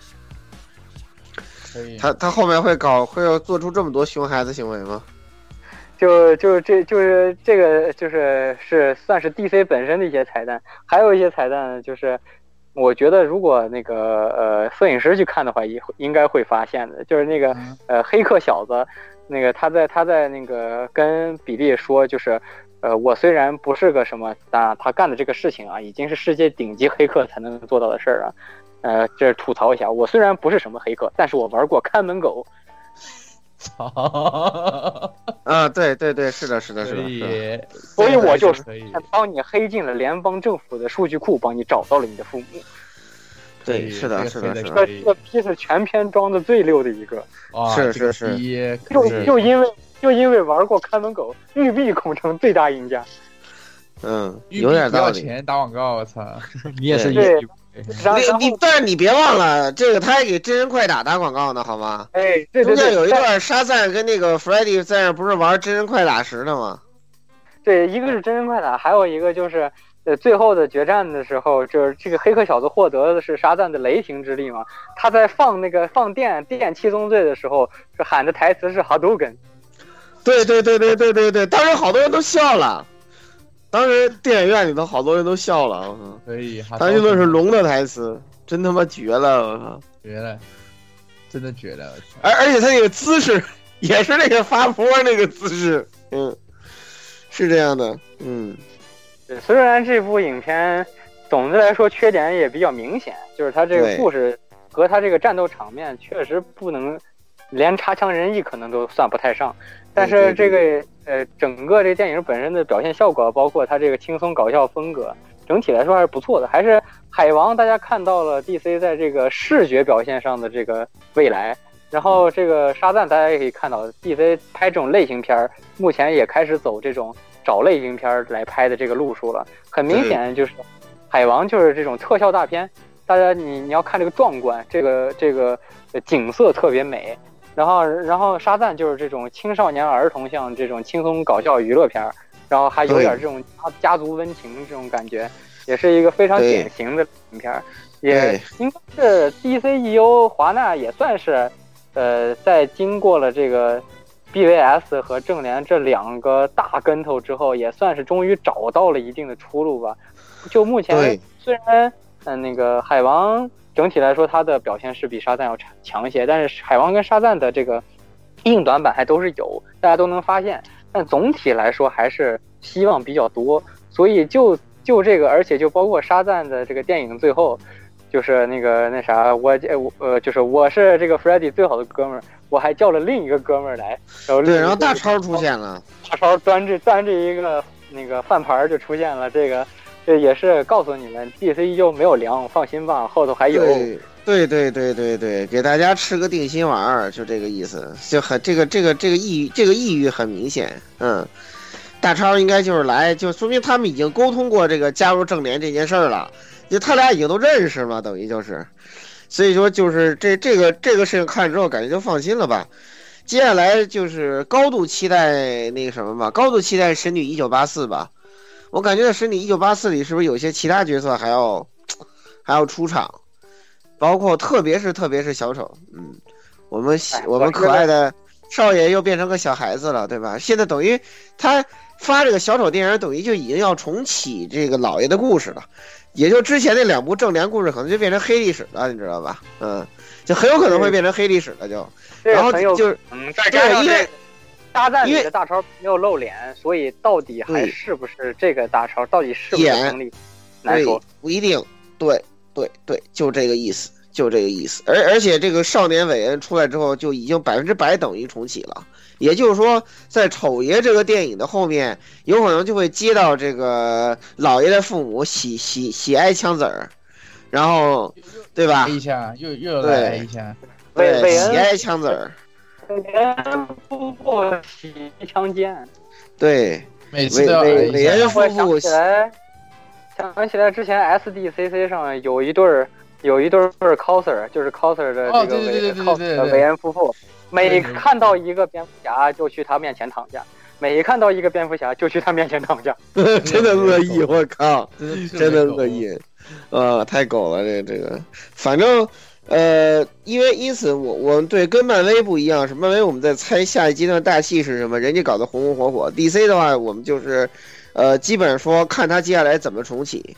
他他后面会搞会要做出这么多熊孩子行为吗？ 就就这就是这个就是是算是 D C 本身的一些彩蛋，还有一些彩蛋就是我觉得如果那个呃摄影师去看的话，也应该会发现的，就是那个呃黑客小子，那个他在他在那个跟比利说，就是呃我虽然不是个什么，但他干的这个事情啊，已经是世界顶级黑客才能做到的事儿啊。呃，这吐槽一下，我虽然不是什么黑客，但是我玩过看门狗。 啊，对对对，是的，是的，是的， 所以所以我就是帮你黑进了联邦政府的数据库，帮你找到了你的父母。 对，是的，是的，是的。 这这批是全篇装的最溜的一个。 是是是。 就就因为就因为玩过看门狗，玉璧恐成最大赢家。 嗯，有点道理。 不要钱打广告，我操！ 你也是对。 你你，但是你别忘了，这个他还给真人快打打广告呢，好吗？ 哎，对对对， 中间有一段沙赞跟那个 Freddy 在那不是玩真人快打时呢吗？ 对，一个是真人快打，还有一个就是呃最后的决战的时候，就是这个黑客小子获得的是沙赞的雷霆之力嘛。他在放那个放电电七宗罪的时候，是喊的台词是 Hadouken。 对对对对对对对，当时好多人都笑了。当时电影院里头好多人都笑了， 可以。 他用的是龙的台词，真他妈绝了，我操！ 绝了，真的绝了！ 而而且他那个姿势也是那个发波那个姿势，嗯，是这样的，嗯。 虽然这部影片总的来说缺点也比较明显，就是他这个故事和他这个战斗场面确实不能，连差强人意可能都算不太上。但是这个呃，整个这个电影本身的表现效果，包括它这个轻松搞笑风格，整体来说还是不错的。还是海王，大家看到了 D C 在这个视觉表现上的这个未来。然后这个沙赞，大家也可以看到 D C 拍这种类型片，目前也开始走这种找类型片来拍的这个路数了。很明显就是海王就是这种特效大片，大家你你要看这个壮观，这个这个景色特别美。然后，然后沙赞就是这种青少年儿童向这种轻松搞笑娱乐片，然后还有点这种家族温情这种感觉，也是一个非常典型的影片，也应该是 D C E U 华纳也算是，呃，在经过了这个 B V S 和正联这两个大跟头之后，也算是终于找到了一定的出路吧。就目前虽然，嗯、呃，那个海王。整体来说，他的表现是比沙赞要强一些，但是海王跟沙赞的这个硬短板还都是有，大家都能发现。但总体来说还是希望比较多，所以就就这个，而且就包括沙赞的这个电影最后，就是那个那啥，我呃就是我是这个 Freddy 最好的哥们儿，我还叫了另一个哥们儿来，然后对，然后大超出现了， 大超端着端着一个那个饭盘就出现了，这个。这也是告诉你们 ，D C 又没有凉，放心吧，后头还有。 对对对对对，给大家吃个定心丸，就这个意思，就很这个这个这个意这个意欲很明显，嗯，大超应该就是来，就说明他们已经沟通过这个加入正联这件事儿了，就他俩已经都认识嘛，等于就是，所以说就是这这个这个事情看之后，感觉就放心了吧。接下来就是高度期待那个什么吧，高度期待神女一九八四吧。我感觉在《神女一九八四》里是不是有些其他角色还要还要出场，包括特别是特别是小丑，嗯，我们我们可爱的少爷又变成个小孩子了，对吧？现在等于他发这个小丑电影，等于就已经要重启这个老爷的故事了，也就之前那两部正联故事可能就变成黑历史了，你知道吧？嗯，就很有可能会变成黑历史了，就，然后就是嗯，再加上这个。沙赞里的大超没有露脸，所以到底还是不是这个大超，到底是不是成立，难说， 不一定。对对对，就这个意思，就这个意思。而而且这个少年韦恩出来之后，就已经百分之百等于重启了。也就是说，在丑爷这个电影的后面，有可能就会接到这个老爷的父母喜喜喜爱枪子儿，然后对吧？ 一下又又来一下， 对，喜爱枪子儿。 韦恩夫妇喜强奸， 对， 每次都韦韦恩夫妇想起来，想起来之前 S D C C 上有一对儿，有一对儿 coser， 就是 coser 的这个韦韦恩夫妇，每看到一个蝙蝠侠就去他面前躺下，每看到一个蝙蝠侠就去他面前躺下， 真的恶意，我靠，真的恶意，啊，太狗了，这这个，反正。呃，因为因此我我们对跟漫威不一样，是漫威我们在猜下一阶段大戏是什么，人家搞得红红火火。D C 的话，我们就是，呃，基本上说看他接下来怎么重启，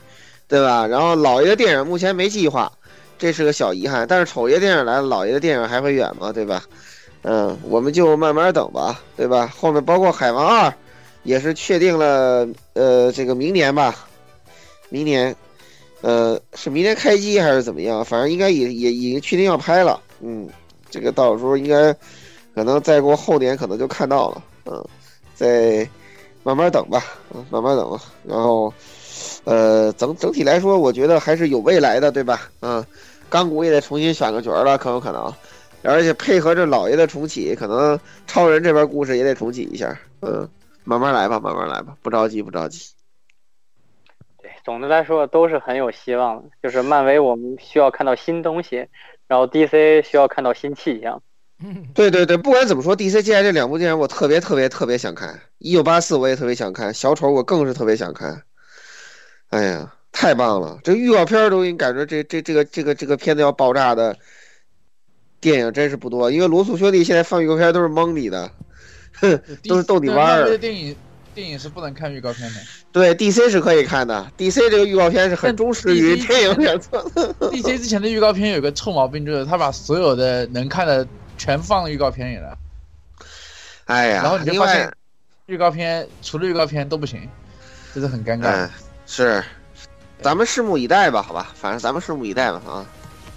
对吧？然后老爷的电影目前没计划，这是个小遗憾。但是丑爷电影来了，老爷的电影还会远吗？对吧？嗯，我们就慢慢等吧，对吧？后面包括海王二，也是确定了，呃，这个明年吧，明年，呃，是明年开机还是怎么样？反正应该也也已经确定要拍了。嗯，这个到时候应该可能再过后年可能就看到了。嗯，再慢慢等吧，嗯，慢慢等吧。然后。呃，整整体来说，我觉得还是有未来的，对吧？嗯，钢骨也得重新选个角了，可有可能，而且配合着老爷的重启，可能超人这边故事也得重启一下。嗯，慢慢来吧，慢慢来吧，不着急，不着急。 对，总的来说都是很有希望的。就是漫威我们需要看到新东西，然后 D C 需要看到新气象。 对对对，不管怎么说 ，D C 接下来这两部电影我特别特别特别想看，一九八四我也特别想看，小丑我更是特别想看。哎呀，太棒了！这预告片都已经感觉这这这个这个这个片子要爆炸的电影真是不多，因为罗素兄弟现在放预告片都是蒙你的，哼，都是逗你玩儿。 电影电影是不能看预告片的。 对 ，D C 是可以看的 ，D C 这个预告片是很忠实于电影原作。 D C 之前的预告片有个臭毛病，就是他把所有的能看的全放预告片里了。 哎呀， 然后你就发现预告片除了预告片都不行，这是很尴尬。 哎是，咱们拭目以待吧，好吧，反正咱们拭目以待吧啊。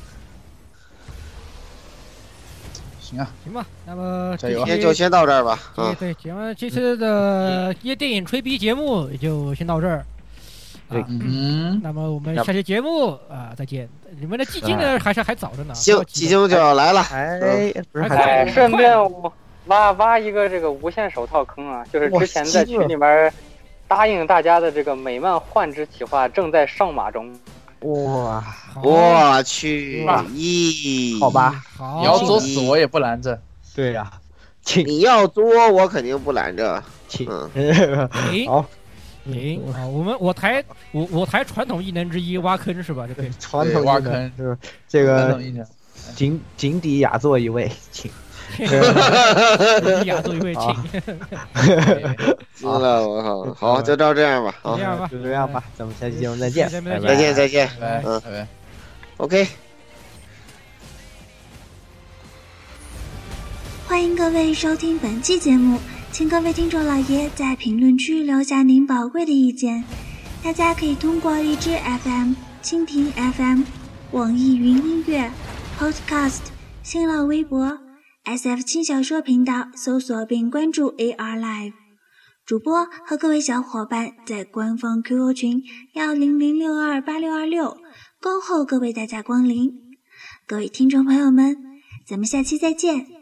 行啊， 行吧，那么加油， 今天就先到这儿吧。 啊，对，行了，这次的一些电影吹逼节目也就先到这儿。 对， 嗯， 那么我们下期节目啊再见。你们的基金呢，还是还早着呢。 行，基金就要来了。 哎，不是还哎，顺便挖挖一个这个无限手套坑啊，就是之前在群里面。答应大家的这个美漫幻之企划正在上马中。 哇， 我去，咦， 好吧， 你要作死我也不拦着。 对呀， 你要作我肯定不拦着。 请， 好，行，好，我们我台我我台传统异能之一挖坑是吧？对， 传统挖坑是这个井井底雅作一位，请。 雅作一位，请。 好了，我靠，好，就到这样吧， 好，这样吧， 就这样吧，咱们下期节目再见， 再见，再见， 嗯 ，OK。 欢迎各位收听本期节目，请各位听众老爷在评论区留下您宝贵的意见。大家可以通过荔枝 F M、蜻蜓 F M、网易云音乐、Podcast、新浪微博。S F 轻小说频道搜索并关注 A R Live， 主播和各位小伙伴在官方 Q Q 群幺零零六二八六二六恭候各位大驾光临。各位听众朋友们，咱们下期再见。